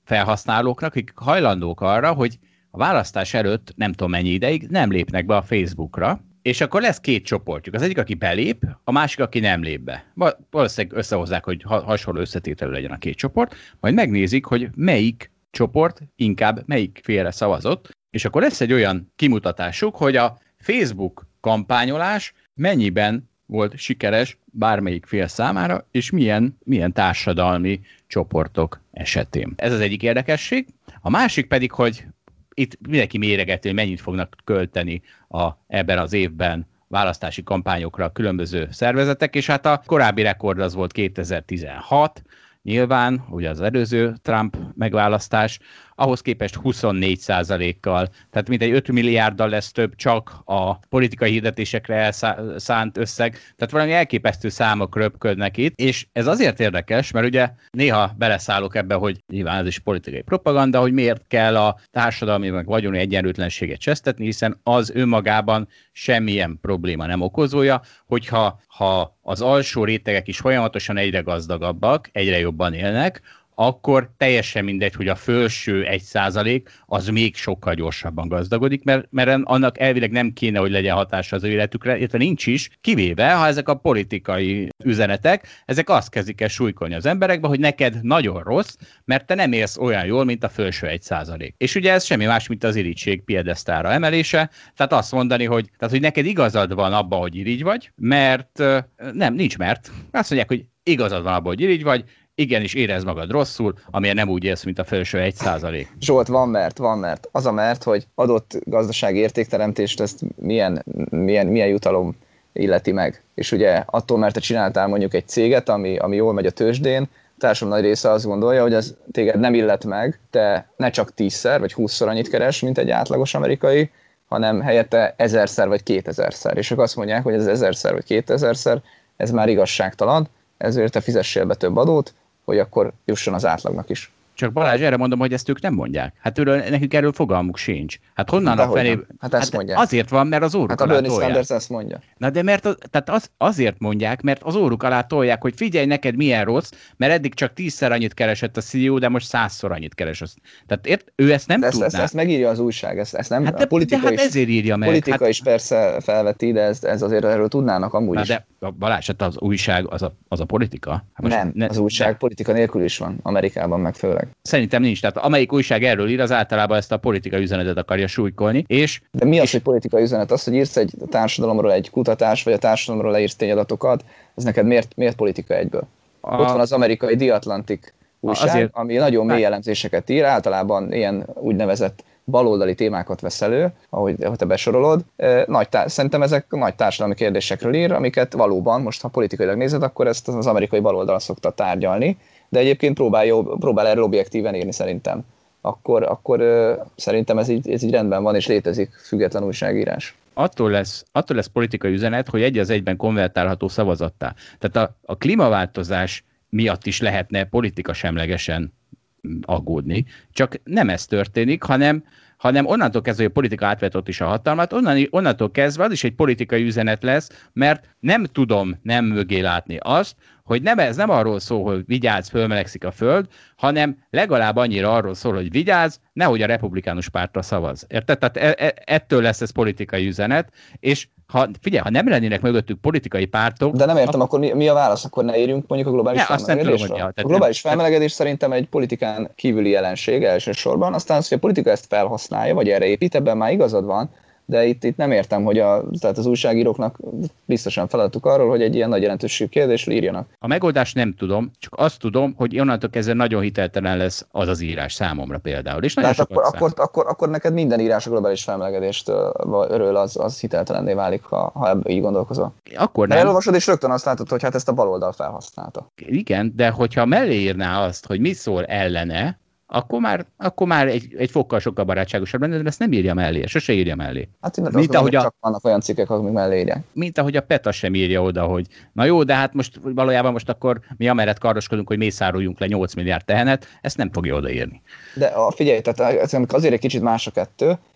felhasználóknak, akik hajlandók arra, hogy a választás előtt nem tudom mennyi ideig nem lépnek be a Facebookra, és akkor lesz két csoportjuk. Az egyik, aki belép, a másik, aki nem lép be. Valószínűleg összehozzák, hogy hasonló összetételű legyen a két csoport, majd megnézik, hogy melyik csoport inkább melyik félre szavazott, és akkor lesz egy olyan kimutatásuk, hogy a Facebook kampányolás mennyiben volt sikeres bármelyik fél számára, és milyen, milyen társadalmi csoportok esetén. Ez az egyik érdekesség. A másik pedig, hogy itt mindenki méregető, hogy mennyit fognak költeni a, ebben az évben választási kampányokra a különböző szervezetek, és hát a korábbi rekord az volt kétezer-tizenhat, nyilván, ugye az előző Trump megválasztás, ahhoz képest huszonnégy százalékkal, tehát mintegy öt milliárddal lesz több csak a politikai hirdetésekre elszánt összeg, tehát valami elképesztő számok röpködnek itt, és ez azért érdekes, mert ugye néha beleszállok ebbe, hogy nyilván ez is politikai propaganda, hogy miért kell a társadalmi meg vagyoni egyenlőtlenséget csesztetni, hiszen az önmagában semmilyen probléma nem okozója, hogyha ha az alsó rétegek is folyamatosan egyre gazdagabbak, egyre jobban élnek, akkor teljesen mindegy, hogy a felső egy százalék az még sokkal gyorsabban gazdagodik, mert, mert annak elvileg nem kéne, hogy legyen hatása az ő életükre, illetve nincs is, kivéve, ha ezek a politikai üzenetek, ezek azt kezdik el súlykolni az emberekbe, hogy neked nagyon rossz, mert te nem élsz olyan jól, mint a felső egy százalék. És ugye ez semmi más, mint az irigység piedesztára emelése, tehát azt mondani, hogy, tehát, hogy neked igazad van abban, hogy irigy vagy, mert nem, nincs mert. Azt mondják, hogy igazad van abban, hogy irigy vagy, igenis érezd magad rosszul, amilyen nem úgy élsz, mint a felső egy százalék. Zsolt, van mert, van mert. Az a mert, hogy adott gazdasági értékteremtést ezt milyen, milyen, milyen jutalom illeti meg. És ugye attól, mert te csináltál mondjuk egy céget, ami, ami jól megy a tőzsdén, a társadalom nagy része azt gondolja, hogy ez téged nem illet meg, te ne csak tízszer vagy húszszor annyit keres, mint egy átlagos amerikai, hanem helyette ezerszer vagy kétezerszer. És ők azt mondják, hogy ez ezerszer vagy kétezerszer, ez már igazságtalan, ezért te fizessél be több adót, hogy akkor jusson az átlagnak is. Csak Balázs, erre mondom, hogy ezt ők nem mondják. Hát őről, nekik erről fogalmuk sincs. Hát honnan de a fené... Hát ezt hát mondják. Azért van, mert az óruk hát alá a Bernie tolják. Sanders ezt mondja. Na de mert az, tehát az, azért mondják, mert az óruk alá tolják, hogy figyelj, neked milyen rossz, mert eddig csak tízszer annyit keresett a cé e o, de most százszor annyit keres. Tehát ért, ő ezt nem de tudná. Ezt, ezt, ezt megírja az újság, ezt, ezt nem... Hát de, a politika de hát is, ezért írja meg. politika hát, is persze felveti, de ez, ez azért erről tudnának amúgy na is. De Balázs, hát az újság az a, az a politika? Hát nem, ne, az újság de. politika nélkül is van, Amerikában meg főleg. Szerintem nincs. Tehát amelyik újság erről ír, az általában ezt a politikai üzenetet akarja súlykolni. És, de mi az, és... hogy politikai üzenet? Az, hogy írsz egy társadalomról egy kutatást, vagy a társadalomról leírsz tényadatokat, ez neked miért, miért politika egyből? A... Ott van az amerikai The Atlantic újság, azért... ami nagyon mély elemzéseket ír, általában ilyen úgynevezett baloldali témákat vesz elő, ahogy, ahogy te besorolod. Nagy tá- Szerintem ezek nagy társadalmi kérdésekről ír, amiket valóban, most ha politikailag nézed, akkor ezt az amerikai baloldal szokta tárgyalni, de egyébként próbál, jó, próbál erről objektíven írni szerintem. Akkor, akkor uh, szerintem ez így, ez így rendben van, és létezik független újságírás. Attól lesz, attól lesz politikai üzenet, hogy egy az egyben konvertálható szavazattá. Tehát a, a klímaváltozás miatt is lehetne politika semlegesen aggódni. Csak nem ez történik, hanem, hanem onnantól kezdve, hogy a politika átvett ott is a hatalmat, onnan, onnantól kezdve az is egy politikai üzenet lesz, mert nem tudom nem mögé látni azt, hogy nem, ez nem arról szól, hogy vigyázz, fölmelegszik a föld, hanem legalább annyira arról szól, hogy vigyázz, nehogy a republikánus pártra szavaz. Érted? Tehát e, e, ettől lesz ez politikai üzenet, és ha, figyelj, ha nem lennének mögöttük politikai pártok... De nem értem, akkor mi, mi a válasz? Akkor ne írjunk mondjuk a globális ne, felmelegedésről? Ja, a globális nem, felmelegedés szerintem egy politikán kívüli jelenség elsősorban, aztán az, hogy a politika ezt felhasználja, vagy erre épít, ebben már igazad van, de itt, itt nem értem, hogy a, tehát az újságíróknak biztosan feladatuk arról, hogy egy ilyen nagy jelentőségű kérdésről írjanak. A megoldást nem tudom, csak azt tudom, hogy onnantól kezdve nagyon hiteltelen lesz az az írás számomra például. És nagyon akkor, akkor, akkor, akkor neked minden írás a globális felmelegedéstől az, az hiteltelenné válik, ha, ha ebből így gondolkozol. Akkor de nem. Elolvasod, és rögtön azt látod, hogy hát ezt a baloldal felhasználta. Igen, de hogyha mellé írná azt, hogy mi szól ellene, akkor már, akkor már egy, egy fokkal sokkal barátságosabb lenne, de ezt nem írja mellé, sose írja mellé. Hát én mint ahogy a, csak vannak olyan cikkek, amik mellé írják. Mint ahogy a PETA sem írja oda, hogy na jó, de hát most valójában most akkor mi amellett kardoskodunk, hogy mészároljunk le nyolc milliárd tehenet, ezt nem fogja odaírni. De a, figyelj, tehát azért egy kicsit más a kettő,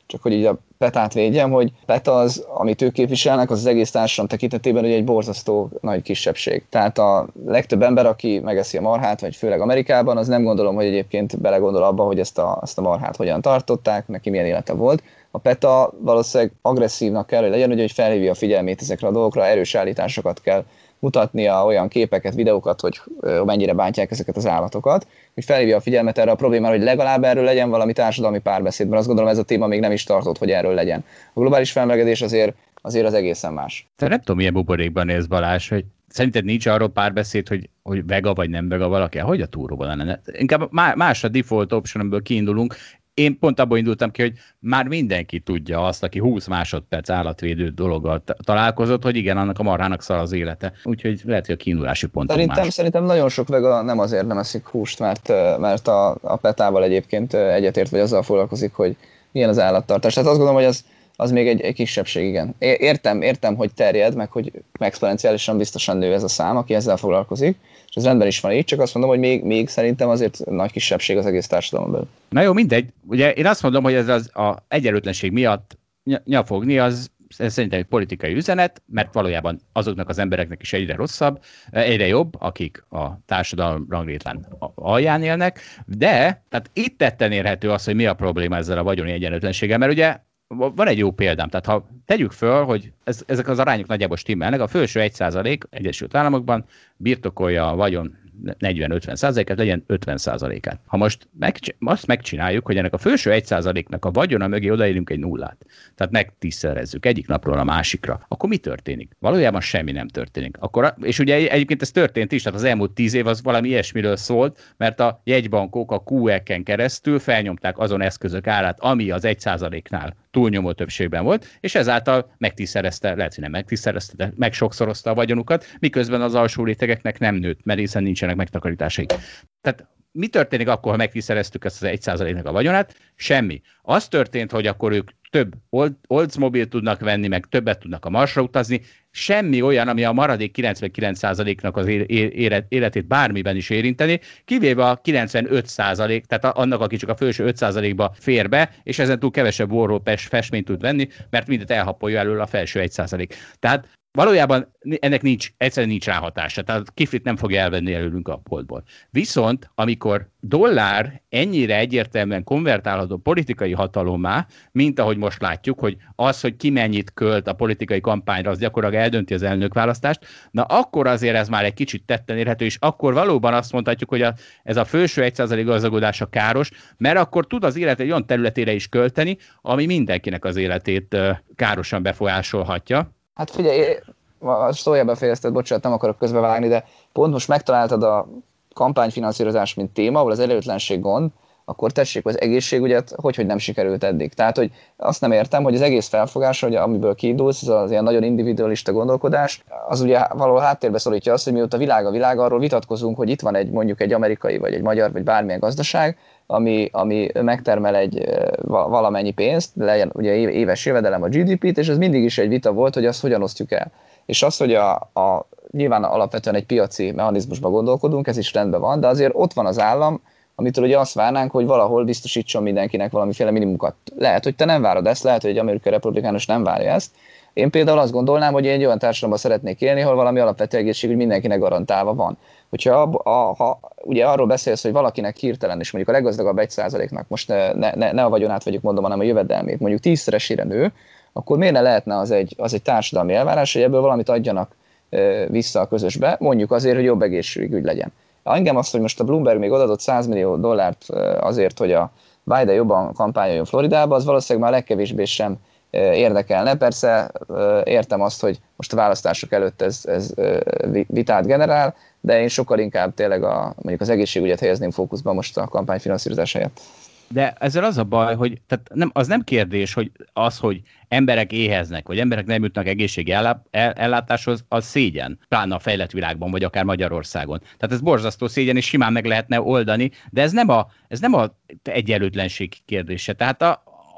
csak hogy így a Petát védjem, hogy Peta az, amit ők képviselnek, az az egész társadalom tekintetében ugye egy borzasztó nagy kisebbség. Tehát a legtöbb ember, aki megeszi a marhát, vagy főleg Amerikában, az nem gondolom, hogy egyébként belegondol abba, hogy ezt a, ezt a marhát hogyan tartották, neki milyen élete volt. A Peta valószínűleg agresszívnak kell, hogy legyen, ugye, hogy felhívja a figyelmét ezekre a dolgokra, erős állításokat kell mutatnia, olyan képeket, videókat, hogy mennyire bántják ezeket az állatokat, hogy felhívja a figyelmet erre a problémára, hogy legalább erről legyen valami társadalmi párbeszéd, mert azt gondolom, ez a téma még nem is tartott, hogy erről legyen. A globális felmelegedés azért, azért az egészen más. Te nem tudom, milyen buborékban néz Balázs, hogy szerinted nincs arról párbeszéd, hogy, hogy vega vagy nem vega valaki? Hogy a túróban lenne? Inkább más a default option, amiből kiindulunk. Én pont abból indultam ki, hogy már mindenki tudja azt, aki húsz másodperc állatvédő dologgal találkozott, hogy igen, annak a marhának szar az élete. Úgyhogy lehet, hogy a kiindulási pontunk szerintem, más. Szerintem nagyon sok vega nem azért nem eszik húst, mert, mert a, a Petával egyébként egyetért, vagy azzal foglalkozik, hogy milyen az állattartás. Tehát azt gondolom, hogy az, az még egy, egy kisebbség, igen. Értem, értem, hogy terjed, meg hogy exponenciálisan biztosan nő ez a szám, aki ezzel foglalkozik, és ez rendben is van így, csak azt mondom, hogy még, még szerintem azért nagy kisebbség az egész társadalom belül. Na jó, mindegy. Ugye én azt mondom, hogy ez az a egyenlőtlenség miatt nyafogni, az ez szerintem egy politikai üzenet, mert valójában azoknak az embereknek is egyre rosszabb, egyre jobb, akik a társadalom ranglétrán alján élnek, de tehát itt tetten érhető az, hogy mi a probléma ezzel a vagyoni egyenlőtlenséggel, mert ugye van egy jó példám, tehát ha tegyük föl, hogy ez, ezek az arányok nagyjából stimmelnek, a felső egy százalék Egyesült Államokban birtokolja a vagyon negyven-ötven százalékát, legyen ötven százalékát. Ha most meg, azt megcsináljuk, hogy ennek a felső egy százaléknak a vagyona mögé odaírunk egy nullát, tehát megtízszerezzük egyik napról a másikra, akkor mi történik? Valójában semmi nem történik. Akkor, és ugye egyébként ez történt is, tehát az elmúlt tíz év az valami ilyesmiről szólt, mert a jegybankok a kú é-ken keresztül felnyomták azon eszközök árát, ami az egy százaléknál túlnyomó többségben volt, és ezáltal megtízszerezte, lehet, hogy nem megtízszerezte, de meg sokszorozta a vagyonukat, miközben az alsó rétegeknek nem nőtt, mert hiszen nincsenek megtakarításaik. Tehát mi történik akkor, ha megtízszereztük ezt az egy százaléknak a vagyonát? Semmi. Az történt, hogy akkor ők több Oldsmobile tudnak venni, meg többet tudnak a Marsra utazni, semmi olyan, ami a maradék kilencvenkilenc százaléknak az életét bármiben is érinteni, kivéve a kilencvenöt százalék, tehát annak, aki csak a felső öt százalékba fér be, és ezen túl kevesebb Warhol festményt tud venni, mert mindent elhappolja elől a felső egy százalék. Tehát valójában ennek nincs, egyszerűen nincs ráhatása, tehát kiflit nem fogja elvenni előlünk a boltból. Viszont, amikor dollár ennyire egyértelműen konvertálható politikai hatalommá, mint ahogy most látjuk, hogy az, hogy ki mennyit költ a politikai kampányra, az gyakorlatilag eldönti az elnökválasztást, na akkor azért ez már egy kicsit tetten érhető, és akkor valóban azt mondhatjuk, hogy a, ez a felső egy százalék gazdagodása káros, mert akkor tud az élet egy olyan területére is költeni, ami mindenkinek az életét károsan befolyásolhatja. Hát figyelj, a szójába fejezted, bocsánat, nem akarok közbevágni, de pont most megtaláltad a kampányfinanszírozás, mint téma, ahol az előtlenség gond, akkor tessék, az egészségügyet hogy, hogy nem sikerült eddig. Tehát, hogy azt nem értem, hogy az egész felfogás, hogy amiből kiindulsz, ez az ilyen nagyon individualista gondolkodás, az ugye valahol háttérbe szorítja azt, hogy mióta világ a világ, arról vitatkozunk, hogy itt van egy mondjuk egy amerikai, vagy egy magyar, vagy bármilyen gazdaság, ami, ami megtermel egy valamennyi pénzt, legyen ugye éves jövedelem a gé dé pét, és ez mindig is egy vita volt, hogy azt hogyan osztjuk el. És az, hogy a, a, nyilván alapvetően egy piaci mechanizmusban gondolkodunk, ez is rendben van, de azért ott van az állam, amitől ugye azt várnánk, hogy valahol biztosítson mindenkinek valamiféle minimumokat. Lehet, hogy te nem várod ezt, lehet, hogy egy amerikai republikánus nem várja ezt. Én például azt gondolnám, hogy én egy olyan társadalomban szeretnék élni, ahol valami alapvető egészségügy mindenkinek garantálva van. Hogyha a, a, ha ugye arról beszélsz, hogy valakinek hirtelen, és mondjuk a leggazdagabb egy százaléknak, most ne, ne, ne a vagyonát vegyük mondom, hanem a jövedelmét, mondjuk tízszeresére nő, akkor miért ne lehetne az egy, az egy társadalmi elvárás, hogy ebből valamit adjanak e, vissza a közösbe, mondjuk azért, hogy jobb egészségügy legyen. Engem azt, hogy most a Bloomberg még odaadott száz millió dollárt azért, hogy a Biden jobban kampányoljon Floridába, az valószínűleg már legkevésbé sem érdekelne. Persze értem azt, hogy most a választások előtt ez, ez vitát generál, de én sokkal inkább tényleg a, mondjuk az egészségügyet helyezném fókuszban most a kampányfinanszírozás helyett. De ezzel az a baj, hogy tehát nem, az nem kérdés, hogy az, hogy emberek éheznek, vagy emberek nem jutnak egészségi ellátáshoz, az szégyen, pláne a fejlett világban, vagy akár Magyarországon. Tehát ez borzasztó szégyen, és simán meg lehetne oldani, de ez nem a, ez nem a egyenlőtlenség kérdése. Tehát a,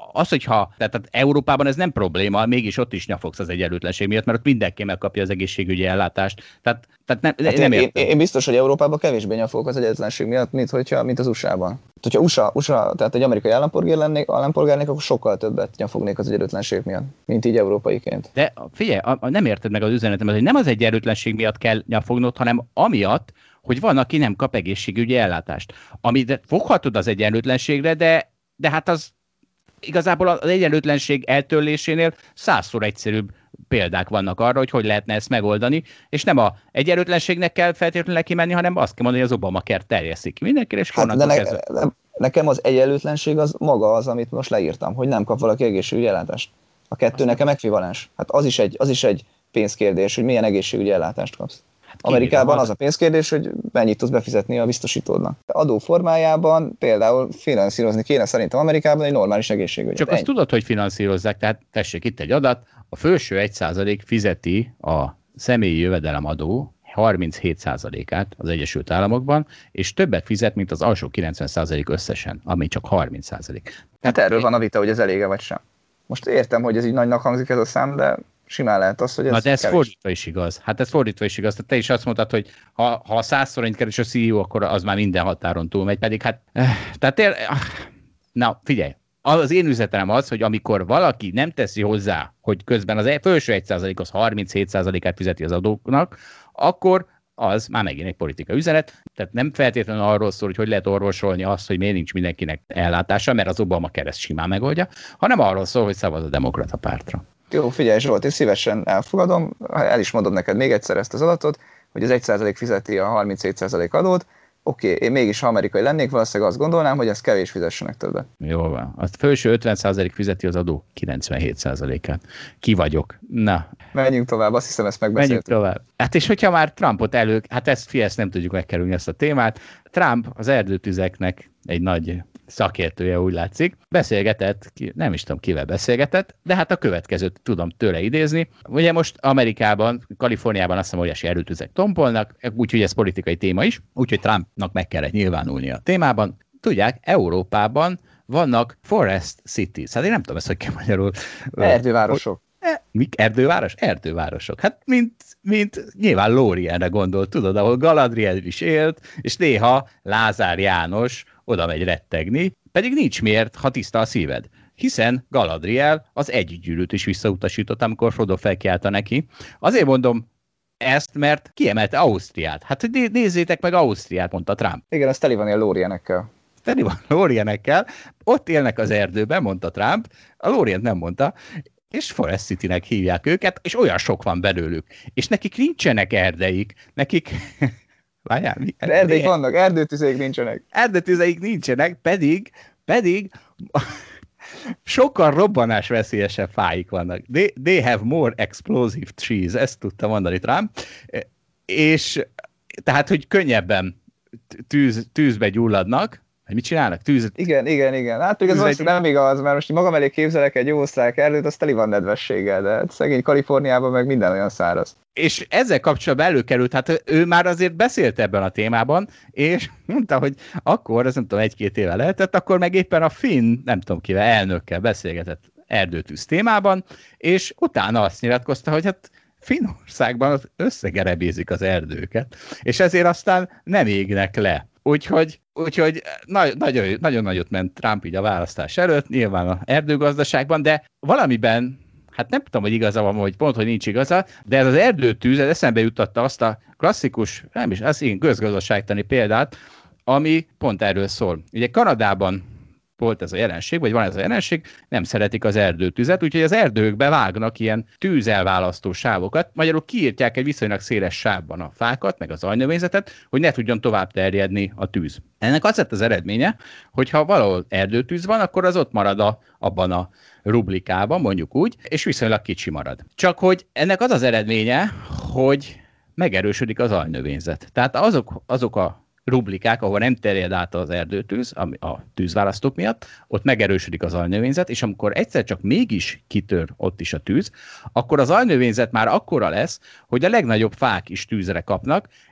az, hogyha, tehát, tehát Európában ez nem probléma, mégis ott is nyafogsz az egyenlőtlenség miatt, mert ott mindenki megkapja az egészségügyi ellátást. Tehát, tehát nem, hát nem én, én, én biztos, hogy Európában kevésbé nyafogok az egyenlőtlenség miatt, mint, hogyha, mint az u es á-ban. Tehát, hogyha u es á, u es á, tehát egy amerikai állampolgár lennék, állampolgár lennék, akkor sokkal többet nyafognék az egyenlőtlenség miatt, mint így európaiként. De figyelj, a, a, nem érted meg az üzenetemet, hogy nem az egyenlőtlenség miatt kell nyafognod, hanem amiatt, hogy van, aki nem kap egészségügyi ellátást. Amit foghatod az egyenlőtlenségre, de, de hát az igazából az egyenlőtlenség eltörlésénél százszor egyszerűbb példák vannak arra, hogy hogy lehetne ezt megoldani, és nem a egyenlőtlenségnek kell feltétlenül kimenni, hanem azt kell mondani, hogy az Obamacare terjesszik ki mindenkire, és hát de ne, ne, nekem az egyenlőtlenség az maga az, amit most leírtam, hogy nem kap valaki egészségügyi ellátást. A kettő azt nekem ekvivalens. Hát az is, egy, az is egy pénzkérdés, hogy milyen egészségügyi ellátást kapsz. Hát Amerikában az a pénzkérdés, hogy mennyit tudsz befizetni a biztosítódnak. Adó formájában például finanszírozni kéne szerintem Amerikában egy normális egészségügyet. Csak azt tudod, hogy finanszírozzák, tehát tessék itt egy adat, a felső egy százalék fizeti a személyi jövedelemadó harminchét százalékát az Egyesült Államokban, és többet fizet, mint az alsó kilencven százalék összesen, ami csak harminc százalék. Hát erről van a vita, hogy ez elége vagy sem. Most értem, hogy ez így nagynak hangzik ez a szám, de simán lehet az, hogy ez Na, de ez kevés. fordítva is igaz. Hát ez fordítva is igaz. Te is azt mondtad, hogy ha, ha száz forint keres a cé e o, akkor az már minden határon túl megy, pedig hát... Tehát ér... Na, figyelj, az én üzenetem az, hogy amikor valaki nem teszi hozzá, hogy közben az felső egy százalék az harminchét százalékát fizeti az adóknak, akkor az már megint egy politikai üzenet. Tehát nem feltétlenül arról szól, hogy hogy lehet orvosolni azt, hogy miért nincs mindenkinek ellátása, mert az Obamacare ezt simán megoldja, hanem arról szól, hogy szavaz a demokrata pártra. Jó, figyelj Zsolt, én szívesen elfogadom, el is mondom neked még egyszer ezt az adatot, hogy az egy százalék fizeti a harminchét százalék adót. Oké, okay, én mégis, ha amerikai lennék, valószínűleg azt gondolnám, hogy ez kevés, fizessenek többet. Jól van. A felső ötven százalék fizeti az adó kilencvenhét százalékát. Ki vagyok? Na. Menjünk tovább, azt hiszem, ezt megbeszéltük. Menjünk tovább. Hát és hogyha már Trumpot elő, hát ezt, fi, ezt nem tudjuk megkerülni, ezt a témát. Trump az erdőtüzeknek egy nagy szakértője, úgy látszik. Beszélgetett, nem is tudom kivel beszélgetett, de hát a következőt tudom tőle idézni. Ugye most Amerikában, Kaliforniában azt hiszem, óriási erdőtüzek tompolnak, úgyhogy ez politikai téma is, úgyhogy Trumpnak meg kellett nyilvánulni a témában. Tudják, Európában vannak forest cities. Hát én nem tudom ezt, hogy kell magyarul. Erdővárosok. Mik? Erdőváros? Erdővárosok. Hát mint, mint nyilván Lórienre gondolt, tudod, ahol Galadriel is élt, és néha Lázár János oda megy rettegni, pedig nincs miért, ha tiszta a szíved. Hiszen Galadriel az együttgyűrűt is visszautasított, amikor Frodo felkiálta neki. Azért mondom ezt, mert kiemelte Ausztriát. Hát nézzétek meg Ausztriát, mondta Trump. Igen, az teli van ilyen Lórienekkel. Teli van Lórienekkel. Ott élnek az erdőben, mondta Trump. A Lórient nem mondta. És Forest City-nek hívják őket, és olyan sok van belőlük. És nekik nincsenek erdeik, nekik... Várjál, mi? De erdék vannak, erdőtüzeik nincsenek. Erdőtüzeik nincsenek, pedig, pedig sokkal robbanásveszélyesebb fáik vannak. They, they have more explosive trees, ezt tudta mondani Trump. És tehát, hogy könnyebben tűz, tűzbe gyulladnak, hogy mit csinálnak? Tűz... Igen, igen, igen. Hát ez az nem igaz, mert most magam elé képzelek egy jó osztrák erdőt, az teli van nedvességgel, de hát szegény Kaliforniában meg minden olyan száraz. És ezzel kapcsolatban előkerült, hát ő már azért beszélt ebben a témában, és mondta, hogy akkor, ez nem tudom, egy-két éve lehetett, akkor meg éppen a finn, nem tudom kivel, elnökkel beszélgetett erdőtűz témában, és utána azt nyilatkozta, hogy hát Finnországban összegerebézik az erdőket, és ezért aztán nem égnek le. Úgyhogy, úgyhogy na- nagyon, nagyon nagyot ment Trump így a választás előtt, nyilván az erdőgazdaságban, de valamiben, hát nem tudom, hogy igaza van, vagy pont, hogy nincs igaza, de ez az erdőtűz, ez eszembe juttatta azt a klasszikus, nem is, az én közgazdaságtani példát, ami pont erről szól. Ugye Kanadában volt ez a jelenség, vagy van ez a jelenség, nem szeretik az erdőtüzet, úgyhogy az erdőkbe vágnak ilyen tűzelválasztó sávokat, magyarul kiírtják egy viszonylag széles sávban a fákat, meg az aljnövényzetet, hogy ne tudjon tovább terjedni a tűz. Ennek az lett az eredménye, hogy ha valahol erdőtűz van, akkor az ott marad a, abban a rublikában, mondjuk úgy, és viszonylag kicsi marad. Csak hogy ennek az az eredménye, hogy megerősödik az aljnövényzet. Tehát azok, azok a rublikák, ahol nem terjed át az erdőtűz, a tűzválasztók miatt, ott megerősödik az aljnövényzet, és amikor egyszer csak mégis kitör ott is a tűz, akkor az aljnövényzet már akkora lesz, hogy a legnagyobb fák is tűzre kapnak,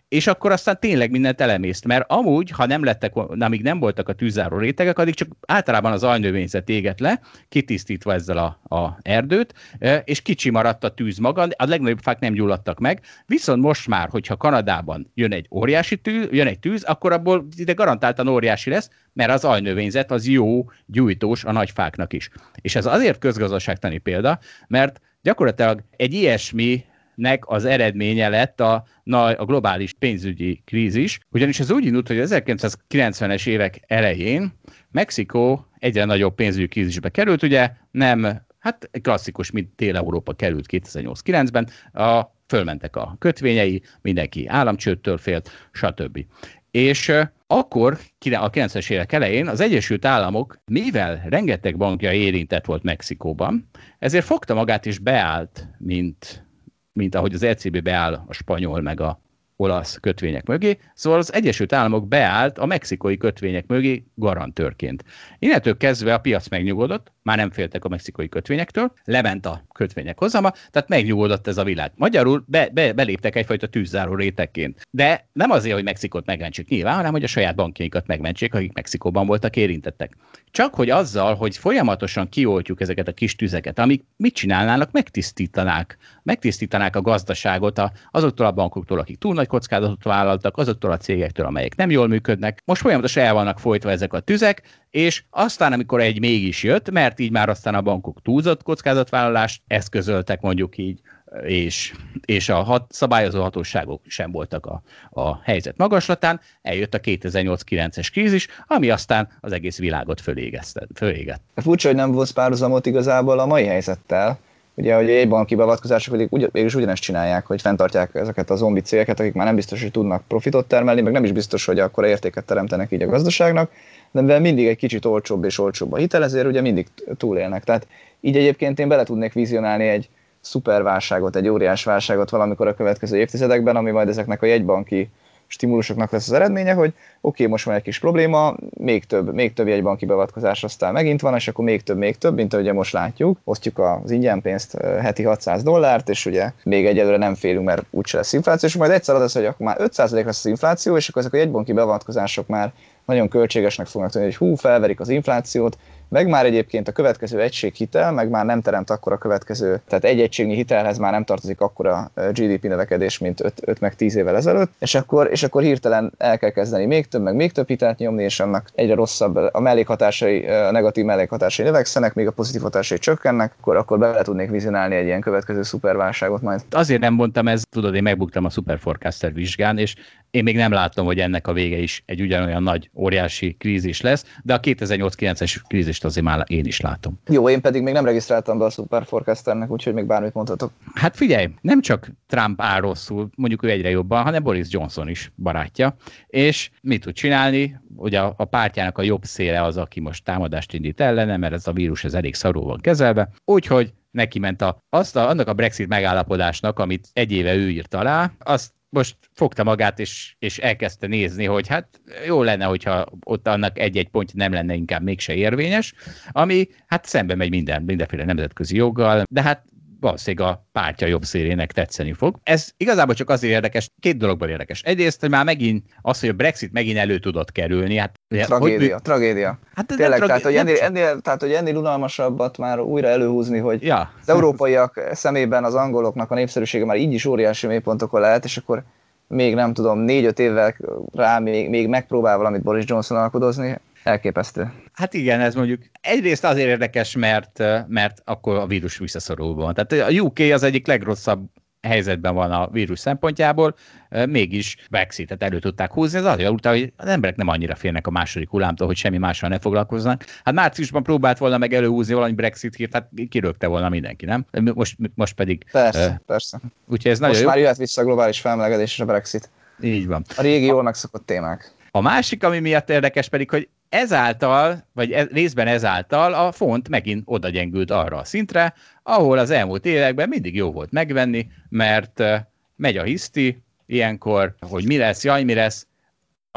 és akkor aztán tényleg mindent elemészt, mert amúgy, ha nem lettek, amíg nem voltak a tűzzáró rétegek, addig csak általában az alnövényzet égett le, kitisztítva ezzel a, a erdőt, és kicsi maradt a tűz maga, a legnagyobb fák nem gyulladtak meg, viszont most már, hogyha Kanadában jön egy óriási tűz, jön egy tűz, akkor abból ide garantáltan óriási lesz, mert az alnövényzet az jó gyújtós a nagy fáknak is. És ez azért közgazdaságtani példa, mert gyakorlatilag egy ilyesmi nek az eredménye lett a, a globális pénzügyi krízis, ugyanis ez úgy indult, hogy az ezerkilencszázkilencvenes évek elején Mexikó egyre nagyobb pénzügyi krízisbe került, ugye nem, hát klasszikus, mint Dél-Európa került kétezer-nyolc-kilencben, a, fölmentek a kötvényei, mindenki államcsődtől félt, stb. És akkor, a kilencvenes évek elején az Egyesült Államok, mivel rengeteg bankja érintett volt Mexikóban, ezért fogta magát és beállt, mint mint ahogy az é cé bé beáll a spanyol meg a olasz kötvények mögé, szóval az Egyesült Államok beállt a mexikói kötvények mögé garantőrként. Innentől kezdve a piac megnyugodott, már nem féltek a mexikói kötvényektől, lement a kötvények hozama, tehát megnyugodott ez a világ. Magyarul be, be, beléptek egyfajta tűzzáró rétegként. De nem azért, hogy Mexikót megmentsék nyilván, hanem hogy a saját bankjainkat megmentsék, akik Mexikóban voltak érintettek. Csak hogy azzal, hogy folyamatosan kioltjuk ezeket a kis tüzeket, amik mit csinálnának, megtisztítanák. Megtisztítanák a gazdaságot azoktól a bankoktól, akik túl nagy kockázatot vállaltak, azoktól a cégektől, amelyek nem jól működnek. Most folyamatosan el vannak folytva ezek a tüzek, és aztán, amikor egy mégis jött, mert így már aztán a bankok túlzott kockázatvállalást eszközöltek, mondjuk így, és, és a hat, szabályozó hatóságok sem voltak a, a helyzet magaslatán, eljött a kétezer-nyolc-kilences krízis, ami aztán az egész világot fölégett. Furcsa, hogy nem vonsz párhuzamot igazából a mai helyzettel. Ugye, hogy egy banki beavatkozások pedig ugy, mégis ugyanezt csinálják, hogy fenntartják ezeket a zombi cégeket, akik már nem biztos, hogy tudnak profitot termelni, meg nem is biztos, hogy akkora értéket teremtenek így a gazdaságnak, de mivel mindig egy kicsit olcsóbb és olcsóbb a hitel, ezért ugye mindig túlélnek. Tehát így egyébként én bele tudnék vizionálni egy szuperválságot, egy óriás válságot valamikor a következő évtizedekben, ami majd ezeknek a jegybanki stimulusoknak lesz az eredménye, hogy oké, okay, most van egy kis probléma, még több, még több jegybanki beavatkozás aztán megint van, és akkor még több, még több, mint ahogy most látjuk. Osztjuk az ingyen pénzt heti hatszáz dollárt, és ugye még egyelőre nem félünk, mert úgyse lesz infláció, és majd egyszer az, hogy akkor már öt százalék lesz az infláció, és akkor ezek a jegybanki beavatkozások már nagyon költségesnek fognak tűnni, hogy hú, felverik az inflációt, meg már egyébként a következő egységhitel, meg már nem teremt akkor a következő, tehát egy egységnyi hitelhez már nem tartozik akkora gé dé pé növekedés, mint öt meg tíz évvel ezelőtt, és akkor, és akkor hirtelen el kell kezdeni még több, meg még több hitelt nyomni, és annak egyre rosszabb, a mellékhatásai, a negatív mellékhatásai növekszenek, még a pozitív hatásai csökkennek, akkor, akkor bele tudnék vizionálni egy ilyen következő szuperválságot majd. Azért nem mondtam ezt, tudod, én megbuktam a Superforecaster vizsgán, és én még nem látom, hogy ennek a vége is egy ugyanolyan nagy, óriási krízis lesz, de a kétezer-nyolc-kilences krízist azért már én is látom. Jó, én pedig még nem regisztráltam be a Superforecasternek, úgyhogy még bármit mondhatok. Hát figyelj, nem csak Trump áll rosszul, mondjuk ő egyre jobban, hanem Boris Johnson is barátja, és mit tud csinálni? Ugye a pártjának a jobb széle az, aki most támadást indít ellene, mert ez a vírus ez elég szarul van kezelve, úgyhogy neki ment a, azt a, annak a Brexit megállapodásnak, amit egy éve ő írt alá, azt most fogta magát, és, és elkezdte nézni, hogy hát jó lenne, hogyha ott annak egy-egy pontja nem lenne inkább mégse érvényes, ami hát szembe megy minden, mindenféle nemzetközi joggal, de hát valószínűleg a pártja jobb szélének tetszeni fog. Ez igazából csak azért érdekes, két dologban érdekes. Egyrészt, hogy már megint az, hogy a Brexit megint elő tudott kerülni. Hát, tragédia, hogy, tragédia. Hát tényleg, tragé- tehát, hogy ennél, ennél, tehát, hogy ennél unalmasabbat már újra előhúzni, hogy ja. Az európaiak szemében az angoloknak a népszerűsége már így is óriási mélypontokon lehet, és akkor még nem tudom, négy-öt évvel rá még, még megpróbál valamit Boris Johnson alkudozni. Elképesztő. Hát igen, ez mondjuk egyrészt azért érdekes, mert, mert akkor a vírus visszaszorulva van. Tehát a u ká az egyik legrosszabb helyzetben van a vírus szempontjából, mégis Brexitet elő tudták húzni. Ez azért utána, hogy az emberek nem annyira félnek a második hullámtól, hogy semmi mással ne foglalkoznak. Hát márciusban próbált volna meg előhúzni valami Brexit hírt, hát kirögte volna mindenki, nem? Most, most pedig... Persze, uh, persze. Úgyhogy ez most nagyon már jó. jöhet vissza a globális felmelegedés és a Brexit. Így van. A régi jól megszokott témák. A másik, ami miatt érdekes pedig, hogy ezáltal, vagy ez, részben ezáltal a font megint oda gyengült arra a szintre, ahol az elmúlt években mindig jó volt megvenni, mert uh, megy a hiszti ilyenkor, hogy mi lesz, jaj, mi lesz,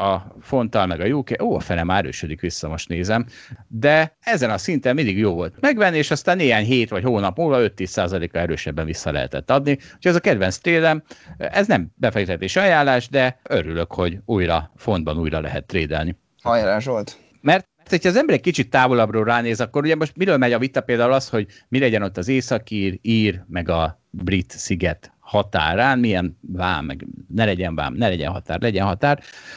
a fonttal, meg a U K, ó, a fele már erősödik vissza, most nézem, de ezen a szinten mindig jó volt megvenni, és aztán néhány hét vagy hónap múlva öt-tíz százaléka erősebben vissza lehetett adni. Úgyhogy ez a kedvenc trédem, ez nem befektetési ajánlás, de örülök, hogy újra fontban újra lehet trédelni. Hajrá, Zsolt! Mert hogyha az ember egy kicsit távolabbról ránéz, akkor ugye most miről megy a vita például az, hogy mi legyen ott az északír, ír, meg a brit sziget határán, milyen vám, meg ne legyen vám, ne legyen határ, legyen határ,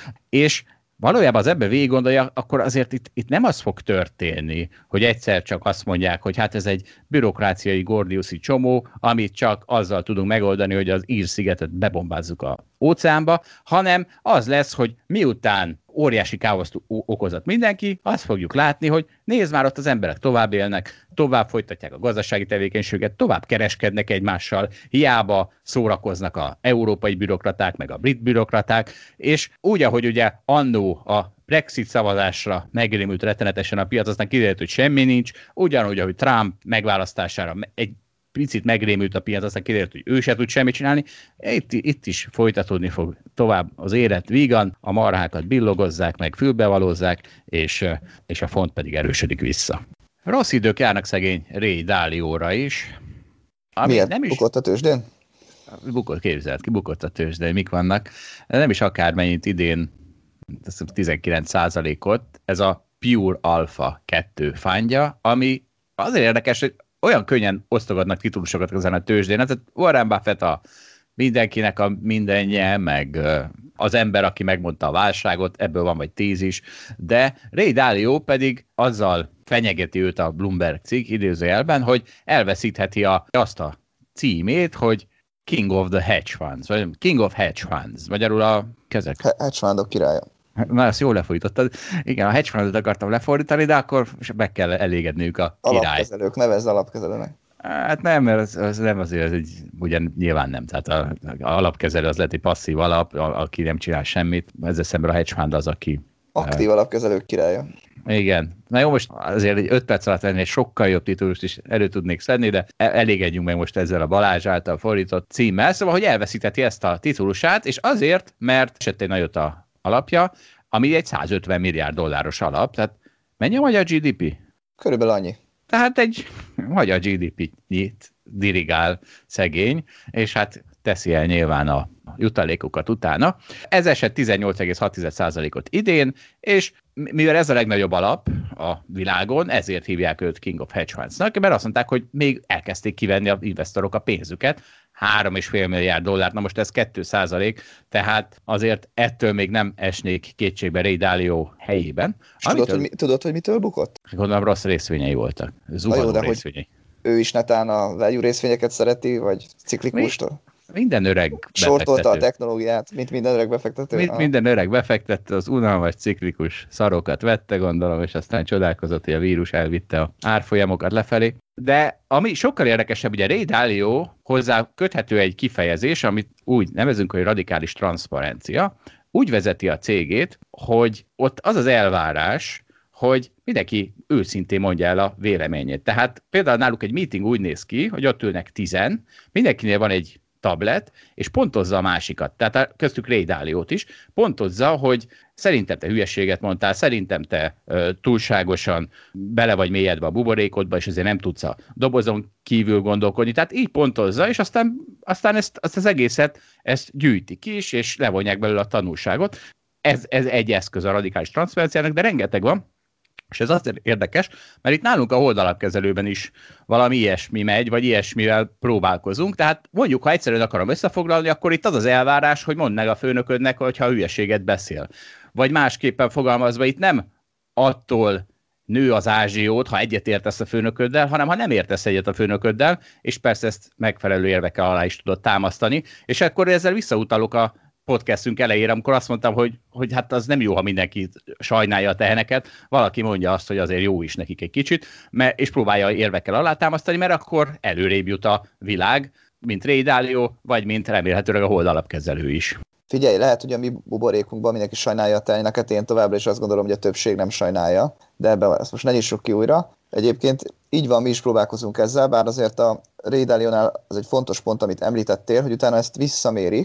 és valójában az ebbe végig gondolja, akkor azért itt, itt nem az fog történni, hogy egyszer csak azt mondják, hogy hát ez egy bürokráciai gordiuszi csomó, amit csak azzal tudunk megoldani, hogy az ír-szigetet bebombázzuk a óceánba, hanem az lesz, hogy miután óriási káoszt okozott mindenki, azt fogjuk látni, hogy nézd már, ott az emberek tovább élnek, tovább folytatják a gazdasági tevékenységet, tovább kereskednek egymással, hiába szórakoznak az európai bürokraták, meg a brit bürokraták, és úgy, ahogy ugye annó a Brexit szavazásra megrémült rettenetesen a piac, aztán kiderült, hogy semmi nincs, ugyanúgy, ahogy Trump megválasztására egy picit megrémült a piac, aztán kiderült, hogy ő se tud semmit csinálni. Itt, itt is folytatódni fog tovább az élet vígan, a marhákat billogozzák, meg fülbevalózzák, és, és a font pedig erősödik vissza. Rossz idők járnak szegény Ray Dalio-ra is. Miért? Nem is... Bukott a tőzsdén? Bukott, képzelt ki, bukott a tőzsdén, mik vannak. Nem is akármennyit idén, tizenkilenc százalékot, ez a Pure Alpha kettő fándja, ami azért érdekes, hogy olyan könnyen osztogatnak titulusokat ezen a tőzsdén. Tehát Warren Buffett a mindenkinek a mindenje, meg az ember, aki megmondta a válságot, ebből van vagy tíz is, de Ray Dalio pedig azzal fenyegeti őt a Bloomberg cikk idézőjelben, hogy elveszítheti a, azt a címét, hogy King of the Hedge Funds, vagy King of Hedge Funds, magyarul a kezek. Hedge fundok királya. Na, ezt jól lefordítottad. Igen, a hedge fundot akartam lefordítani, de akkor meg kell elégedniük a király. Alapkezelők, nevezz alapkezelőnek. Hát nem, mert az, az nem azért, hogy ugyan nyilván nem. Tehát a, a alapkezelő az lehet egy passzív alap, a, aki nem csinál semmit. Ezzel szemben a hedge fund az, aki... Aktív uh, alapkezelők királya. Igen. Na jó, most azért egy öt perc alatt lenni egy sokkal jobb titulust is elő tudnék szedni, de elégedjünk meg most ezzel a Balázs által fordított címmel. Szóval, hogy elveszíteti ezt a titulusát, és azért, mert esett egy nagyot a alapja, ami egy százötven milliárd dolláros alap. Tehát mennyi a magyar gé dé pé? Körülbelül annyi. Tehát egy magyar gé dé pé-nyit dirigál szegény, és hát teszi el nyilván a jutalékokat utána. Ez esett tizennyolc egész hat százalékot idén, és mivel ez a legnagyobb alap a világon, ezért hívják őt King of Hedge Fundsnak, mert azt mondták, hogy még elkezdték kivenni az investorok a pénzüket, három és fél milliárd dollárt, na most ez két százalék, tehát azért ettől még nem esnék kétségbe Ray Dalio helyében. Tudod, hogy, mi, tudod, hogy mitől bukott? Gondolom rossz részvényei voltak. Zuhanó jó, részvényei. Ő is netán a value részvényeket szereti, vagy ciklikustól? Minden öreg befektető. Sortolta a technológiát, mint minden öreg befektető. Mint minden öreg befektető, az unalmas ciklikus szarokat vette, gondolom, és aztán csodálkozott, hogy a vírus elvitte a árfolyamokat lefelé. De ami sokkal érdekesebb, ugye Ray Dalio hozzá köthető egy kifejezés, amit úgy nevezünk, hogy radikális transzparencia. Úgy vezeti a cégét, hogy ott az az elvárás, hogy mindenki őszintén mondja el a véleményét. Tehát például náluk egy meeting úgy néz ki, hogy ott ülnek tizen, mindenkinél van egy tablet, és pontozza a másikat, tehát köztük Ray Daliót is, pontozza, hogy szerintem te hülyeséget mondtál, szerintem te ö, túlságosan bele vagy mélyedve a buborékodba, és ezért nem tudsz a dobozon kívül gondolkodni. Tehát így pontozza, és aztán, aztán ezt, azt az egészet ezt gyűjtik is, és levonják belőle a tanulságot. Ez, ez egy eszköz a radikális transzparenciának, de rengeteg van. És ez azért érdekes, mert itt nálunk a holdalapkezelőben is valami ilyesmi megy, vagy ilyesmivel próbálkozunk. Tehát mondjuk, ha egyszerűen akarom összefoglalni, akkor itt az az elvárás, hogy mondd meg a főnöködnek, hogyha hülyeséget beszél. Vagy másképpen fogalmazva, itt nem attól nő az ázsiót, ha egyet értesz a főnököddel, hanem ha nem értesz egyet a főnököddel, és persze ezt megfelelő érvekkel alá is tudod támasztani. És akkor ezzel visszautalok a podcastünk elejére, amikor azt mondtam, hogy, hogy hát az nem jó, ha mindenki sajnálja a teheneket, valaki mondja azt, hogy azért jó is nekik egy kicsit, mert, és próbálja érvekkel alátámasztani, mert akkor előrébb jut a világ, mint Ray Dalio, vagy mint remélhetőleg a holdalapkezelő is. Figyelj, lehet, hogy a mi buborékunkban mindenki sajnálja a teheneket, én továbbra is azt gondolom, hogy a többség nem sajnálja, de ebben ezt most ne nyissuk ki újra. Egyébként így van, mi is próbálkozunk ezzel, bár azért a Ray Dalionál az egy fontos pont, amit említettél, hogy utána ezt visszamérik,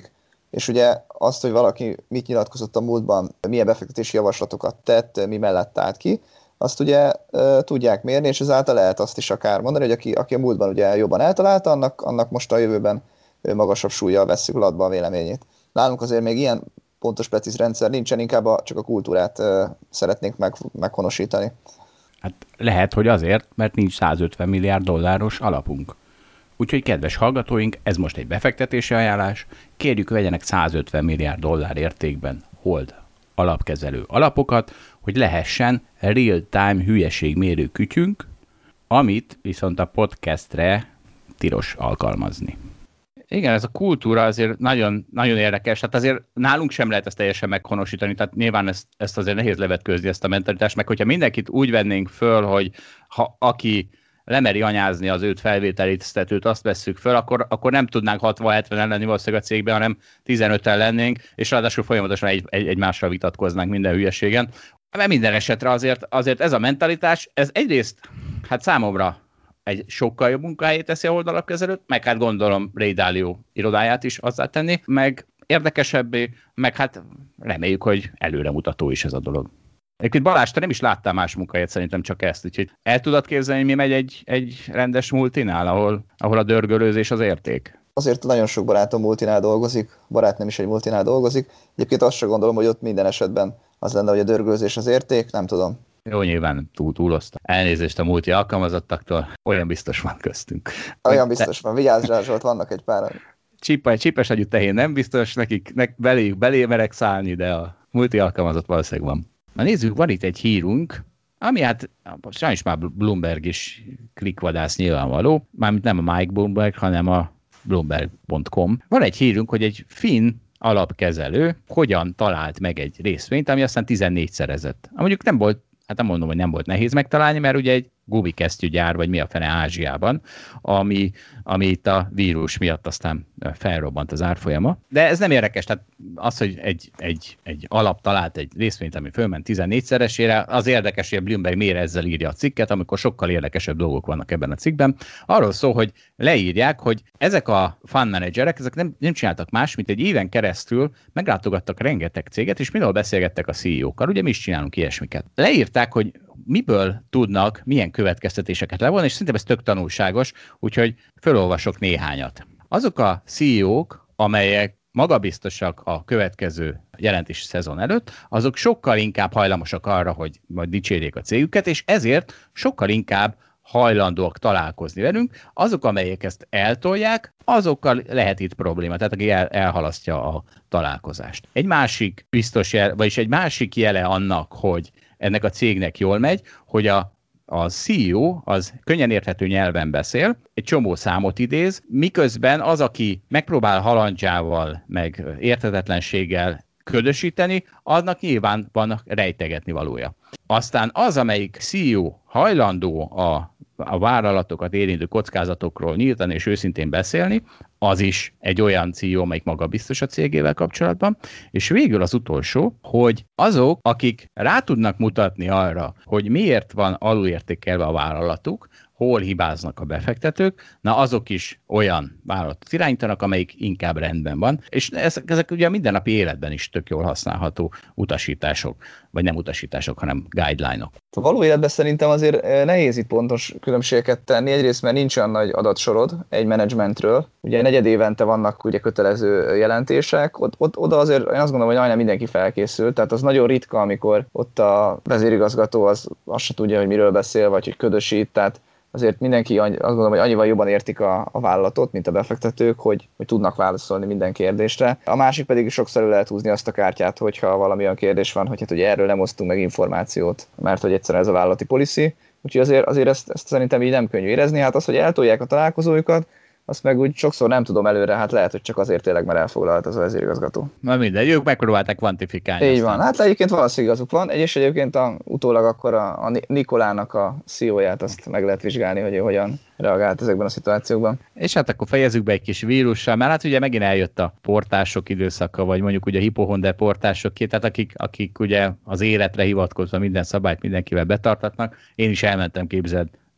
és ugye azt, hogy valaki mit nyilatkozott a múltban, milyen befektetési javaslatokat tett, mi mellett állt ki, azt ugye e, tudják mérni, és ezáltal lehet azt is akár mondani, hogy aki, aki a múltban ugye jobban eltalálta, annak, annak most a jövőben magasabb súllyal vesszük latba a véleményét. Nálunk azért még ilyen pontos, precíz rendszer nincsen, inkább a, csak a kultúrát e, szeretnénk meg, meghonosítani. Hát lehet, hogy azért, mert nincs százötven milliárd dolláros alapunk. Úgyhogy kedves hallgatóink, ez most egy befektetési ajánlás, kérjük vegyenek százötven milliárd dollár értékben hold alapkezelő alapokat, hogy lehessen real-time hülyeségmérő kütyünk, amit viszont a podcastre tilos alkalmazni. Igen, ez a kultúra azért nagyon, nagyon érdekes. Hát azért nálunk sem lehet ezt teljesen meghonosítani, tehát nyilván ezt, ezt azért nehéz levetkőzni, ezt a mentalitást, meg hogyha mindenkit úgy vennénk föl, hogy ha aki lemeri anyázni az őt felvételiztetőt, azt vesszük föl, akkor, akkor nem tudnánk hatvan-hetven lenni valószínűleg a cégben, hanem tizenöten lennénk, és ráadásul folyamatosan egy, egy, egymásra vitatkoznánk minden hülyeségen. Mert minden esetre azért, azért ez a mentalitás, ez egyrészt hát számomra egy sokkal jobb munkahelyét teszi a oldalapkezelőt, meg hát gondolom Ray Dalio irodáját is azzá tenni, meg érdekesebbé, meg hát reméljük, hogy előremutató is ez a dolog. Egyébként Balázs, te nem is láttál más munkahelyet, szerintem csak ezt, úgyhogy el tudod képzelni, mi megy egy, egy rendes multinál, ahol, ahol a dörgölőzés az érték? Azért nagyon sok barátom multinál dolgozik, barát nem is egy multinál dolgozik. Egyébként azt sem gondolom, hogy ott minden esetben az lenne, hogy a dörgölőzés az érték, nem tudom. Jó, nyilván túl, túloztam. Elnézést a multi alkalmazottaktól, olyan biztos van köztünk. Olyan biztos van, vigyázz rá, Zsolt, vannak egy páran. Csipa, csipes agyú tehén nem biztos, nekik nek, beléjük belé merek szállni, de a multi alkalmazott valószínűleg van. Na nézzük, van itt egy hírunk, ami hát sajnos már Bloomberg is klikvadász nyilvánvaló, mármint nem a Mike Bloomberg, hanem a bloomberg pont com. Van egy hírünk, hogy egy finn alapkezelő hogyan talált meg egy részvényt, ami aztán tizennégyszerezett. Mondjuk nem volt, hát nem mondom, hogy nem volt nehéz megtalálni, mert ugye egy gumikesztyűgyár, vagy mi a fene Ázsiában, ami, ami itt a vírus miatt aztán felrobbant az árfolyama. De ez nem érdekes, tehát az, hogy egy, egy, egy alap talált egy részvényt, ami fölment tizennégyszeresére, az érdekes, hogy a Bloomberg miért ezzel írja a cikket, amikor sokkal érdekesebb dolgok vannak ebben a cikkben. Arról szól, hogy leírják, hogy ezek a fund managerek, ezek nem, nem csináltak más, mint egy éven keresztül meglátogattak rengeteg céget, és mindenhol beszélgettek a cé í ó-kkal. Ugye mi is csinálunk ilyesmiket. Leírták, hogy miből tudnak milyen következtetéseket levonni, és szerintem ez tök tanulságos, úgyhogy felolvasok néhányat. Azok a cé í ó-k, amelyek magabiztosak a következő jelentési szezon előtt, azok sokkal inkább hajlamosak arra, hogy majd dicsérjék a cégüket, és ezért sokkal inkább hajlandóak találkozni velünk. Azok, amelyek ezt eltolják, azokkal lehet itt probléma, tehát aki el, elhalasztja a találkozást. Egy másik biztos jel, vagyis egy másik jele annak, hogy ennek a cégnek jól megy, hogy a, a cé í ó az könnyen érthető nyelven beszél, egy csomó számot idéz, miközben az, aki megpróbál halandzsával, meg érthetetlenséggel ködösíteni, annak nyilván van rejtegetni valója. Aztán az, amelyik cé í ó hajlandó a, a vállalatokat érintő kockázatokról nyíltan és őszintén beszélni, az is egy olyan cé í ó, amelyik magabiztos a cégével kapcsolatban. És végül az utolsó, hogy azok, akik rá tudnak mutatni arra, hogy miért van alulértékelve a vállalatuk, hol hibáznak a befektetők, na azok is olyan vállalatot irányítanak, amelyik inkább rendben van. És ezek, ezek ugye a mindennapi életben is tök jól használható utasítások, vagy nem utasítások, hanem guideline-ok. A való életben szerintem azért nehéz itt pontos különbségeket tenni. Egyrészt, mert nincs olyan nagy adatsorod egy menedzsmentről. Ugye negyed évente vannak ugye kötelező jelentések. Ott, ott, oda azért én azt gondolom, hogy majdnem mindenki felkészül. Tehát az nagyon ritka, amikor ott a vezérigazgató az azt se tudja, hogy miről beszél, vagy hogy ködösít. Tehát azért mindenki, azt gondolom, hogy annyival jobban értik a, a vállalatot, mint a befektetők, hogy, hogy tudnak válaszolni minden kérdésre. A másik pedig sokszor lehet húzni azt a kártyát, hogyha valami olyan kérdés van, hogy hát ugye erről nem osztunk meg információt, mert hogy egyszerűen ez a vállalati policy. Úgyhogy azért, azért ezt, ezt szerintem így nem könnyű érezni. Hát az, hogy eltolják a találkozójukat, azt meg úgy sokszor nem tudom előre, hát lehet, hogy csak azért tényleg, mert elfoglalt az a vezérigazgató. Na mindegy, ők megpróbálták kvantifikálni. Így aztán. Van, hát egyébként valószínűleg igazuk van, és egyébként a, utólag akkor a, a Nikolának a cé í ó-ját azt meg lehet vizsgálni, hogy ő hogyan reagált ezekben a szituációkban. És hát akkor fejezzük be egy kis vírussal, mert hát ugye megint eljött a portások időszaka, vagy mondjuk ugye a hipohonder portásoké, tehát akik, akik ugye az életre hivatkozva minden szabályt mindenkivel betartatnak. Én is elmentem, képzeld,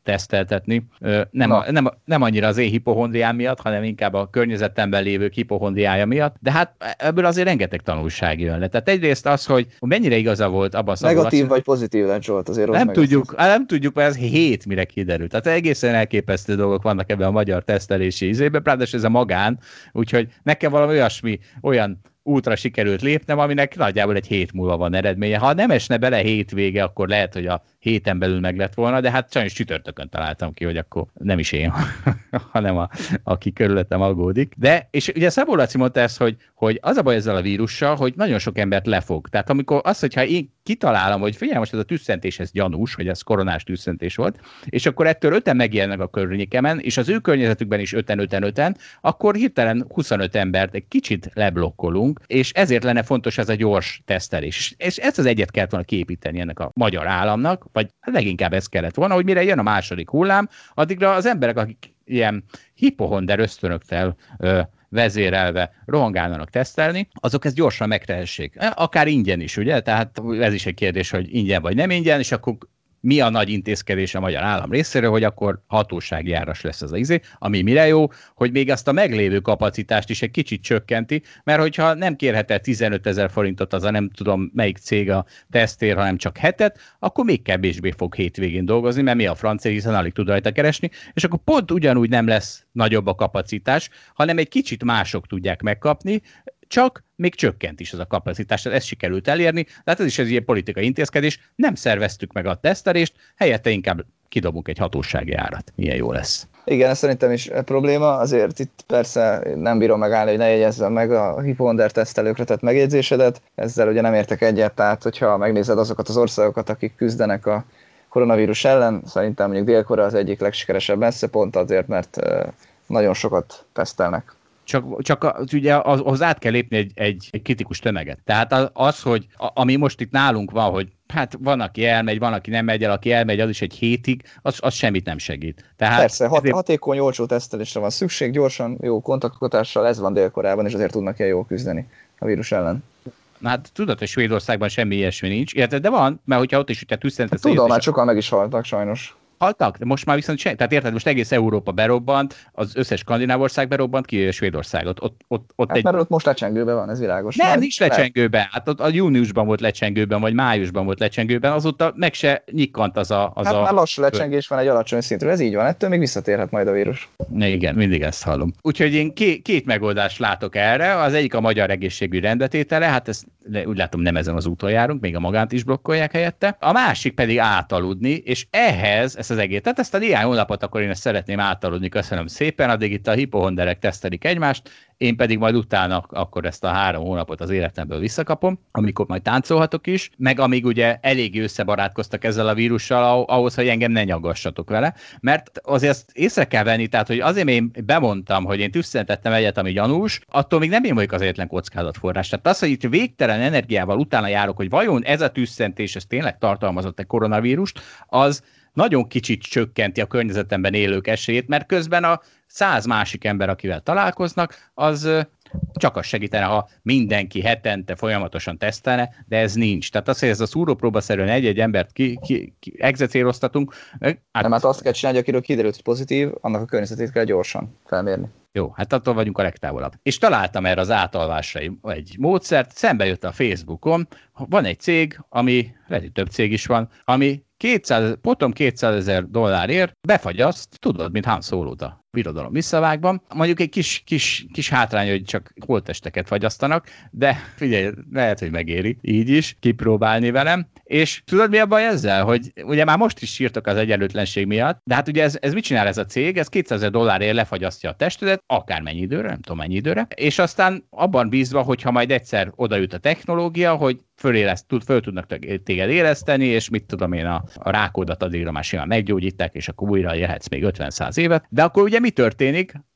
teszteltetni. Nem, a, nem, nem annyira az én hipohondriám miatt, hanem inkább a környezetemben lévők hipohondriája miatt, de hát ebből azért rengeteg tanulság jön le. Tehát egyrészt az, hogy mennyire igaza volt abban a negatív Laci, vagy pozitív lett Zsolt, azért nem tudjuk, nem tudjuk, mert ez hét mire kiderült. Tehát egészen elképesztő dolgok vannak ebben a magyar tesztelési izében, ráadásul ez a magán, úgyhogy nekem valami olyasmi, olyan útra sikerült lépnem, aminek nagyjából egy hét múlva van eredménye. Ha nem esne bele hétvége, akkor lehet, hogy a héten belül meg lett volna, de hát sajnos csütörtökön találtam ki, hogy akkor nem is én, hanem a, aki körülöttem aggódik. De, és ugye Szabó Laci mondta ezt, hogy, hogy az a baj ezzel a vírussal, hogy nagyon sok embert lefog. Tehát amikor az, hogyha én kitalálom, hogy figyelj, most ez a tüsszentés, ez gyanús, hogy ez koronás tüsszentés volt, és akkor ettől öten megjelennek a környékemen, és az ő környezetükben is öten, öten, öten, akkor hirtelen huszonöt embert egy kicsit leblokkolunk, és ezért lenne fontos ez a gyors tesztelés. És ezt az egyet kellett volna kiépíteni ennek a magyar államnak, vagy leginkább ez kellett volna, hogy mire jön a második hullám, addigra az emberek, akik ilyen hipohonder ösztönökkel ö, vezérelve rohangálnának tesztelni, azok ezt gyorsan megtehessék. Akár ingyen is, ugye? Tehát ez is egy kérdés, hogy ingyen vagy nem ingyen, és akkor mi a nagy intézkedés a magyar állam részéről, hogy akkor hatósági áras lesz az a izé, ami mire jó, hogy még azt a meglévő kapacitást is egy kicsit csökkenti, mert hogyha nem kérhet el tizenötezer forintot az a nem tudom melyik cég a tesztér, hanem csak hetet, akkor még kevésbé fog hétvégén dolgozni, mert mi a francia, hiszen alig tud rajta keresni, és akkor pont ugyanúgy nem lesz nagyobb a kapacitás, hanem egy kicsit mások tudják megkapni, csak még csökkent is az a kapacitás, ezt sikerült elérni, tehát ez is egy ilyen politikai intézkedés, nem szerveztük meg a tesztelést, helyette inkább kidobunk egy hatósági árat. Milyen jó lesz. Igen, ez szerintem is probléma, azért itt persze nem bírom megállni, hogy ne jegyezzem meg a hipohonder tesztelőkre tett megjegyzésedet, ezzel ugye nem értek egyet, tehát hogyha megnézed azokat az országokat, akik küzdenek a koronavírus ellen, szerintem mondjuk Dél-Korea az egyik legsikeresebb messze, pont azért, mert nagyon sokat tesztelnek. Csak, csak ugye az át kell lépni egy, egy, egy kritikus tömeget. Tehát az, hogy ami most itt nálunk van, hogy hát van, aki elmegy, van, aki nem megy el, aki elmegy, az is egy hétig, az, az semmit nem segít. Tehát persze, hat, ezért... hatékony, olcsó tesztelésre van szükség, gyorsan, jó kontaktkötással, ez van Dél-Koreában, és azért tudnak ilyen jól küzdeni a vírus ellen. Na hát tudod, hogy Svédországban semmi ilyesmi nincs, érted? De van, mert hogyha ott is ugye tüsszentesz... Tudom, már sokan meg is haltak sajnos. Haltak, de most már viszont sem. Tehát érted, most egész Európa berobbant, az összes skandináv ország berobbant, ki Svédországot. Ott, ott, ott hát egy... mert ott most lecsengőben van, ez világos. Nem, Majd nincs lecsengőben. Hát ott a júniusban volt lecsengőben, vagy májusban volt lecsengőben, azóta meg se nyikkant az a... Az hát a... már lassú lecsengés van egy alacsony szintről, ez így van, ettől még visszatérhet majd a vírus. Ne, igen, mindig ezt hallom. Úgyhogy én két, két megoldást látok erre, az egyik a magyar egészségügy rendetétele, hát ezt úgy látom nem ezen az úton járunk, még a magánt is blokkolják helyette. A másik pedig átaludni, és ehhez, ezt az egész, tehát ezt a néhány hónapot akkor én ezt szeretném átaludni, köszönöm szépen, addig itt a hipohonderek tesztelik egymást, én pedig majd utána akkor ezt a három hónapot az életemből visszakapom, amikor majd táncolhatok is, meg amíg ugye elég összebarátkoztak ezzel a vírussal, ahhoz, hogy engem ne nyaggassatok vele, mert azért ezt észre kell venni, tehát hogy azért én bemondtam, hogy én tüsszentettem egyet, ami gyanús, attól még nem én vagyok az egyetlen kockázatforrás. Tehát az, hogy itt végtelen energiával utána járok, hogy vajon ez a tüsszentés, ez tényleg tartalmazott egy koronavírust, az nagyon kicsit csökkenti a környezetemben élők esélyét, mert közben a száz másik ember, akivel találkoznak, az csak az segítene, ha mindenki hetente folyamatosan tesztelne, de ez nincs. Tehát az, hogy ez a szúrópróbaszerűen egy-egy embert ki, ki, ki egzecéloztatunk. Hát... Nem, hát azt kell csinálni, akiről kiderült, hogy pozitív, annak a környezetét kell gyorsan felmérni. Jó, hát attól vagyunk a legtávolabb. És találtam erre az átalvásra egy módszert, szembe jött a Facebookon, van egy cég, ami, lehet, hogy több cég is van, ami kétszáz, potom kétszázezer dollárért befagyaszt, tudod, mint Han Solo-t birodalom visszavágban. Mondjuk egy kis, kis, kis hátrány, hogy csak holttesteket fagyasztanak, de figyelj, lehet, hogy megéri így is kipróbálni velem. És tudod, mi a baj ezzel? Hogy ugye már most is sírtok az egyenlőtlenség miatt, de hát ugye ez, ez mit csinál ez a cég? Ez kétszázezer dollárért lefagyasztja a testedet, akármennyi időre, nem tudom mennyi időre, és aztán abban bízva, hogyha majd egyszer oda jut a technológia, hogy föléleszt, tud, föl tudnak téged éleszteni, és mit tudom én, a, a rákódat addigra már simán meggyógyíták, és akkor újra élhetsz még ötven-száz évet. De akkor ugye mi történik?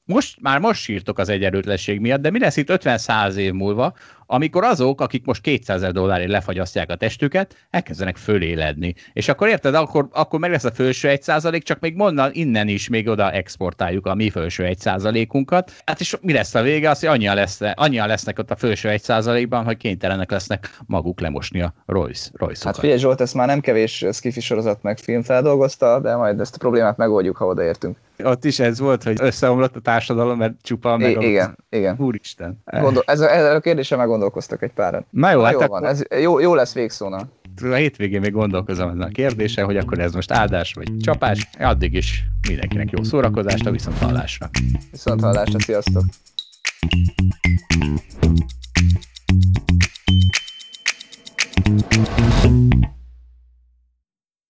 most már most sírtok az egyenlőtlenség miatt, de mi lesz itt ötven-száz év múlva, amikor azok, akik most kétszázezer dollárért lefagyasztják a testüket, elkezdenek föléledni. És akkor érted, akkor, akkor meg lesz a felső egy százalék, csak még mondan innen is még oda exportáljuk a mi felső egy százalékunkat. Hát és mi lesz a vége? Az, hogy annyian, lesz, annyian lesznek ott a felső egy százalékban, hogy kénytelenek lesznek maguk lemosni a Royce, Royce-okat. Hát figyelj Zsolt, ezt már nem kevés skifi sorozat meg film feldolgozta, de majd ezt a problémát megoldjuk, ha odaértünk. Ott is ez volt, hogy összeomlott a társadalom, mert csupa meg... I- igen, igen. Úristen. Gondol, ez a, ez a kérdésre már gondolkoztak egy páran. Na jó, Na hát jó akkor... van, ez jó, jó lesz végszónal. A hétvégén még gondolkozom ezen a kérdése, hogy akkor ez most áldás vagy csapás. Addig is mindenkinek jó szórakozást, a viszonthallásra. Viszonthallásra, sziasztok! Thank you.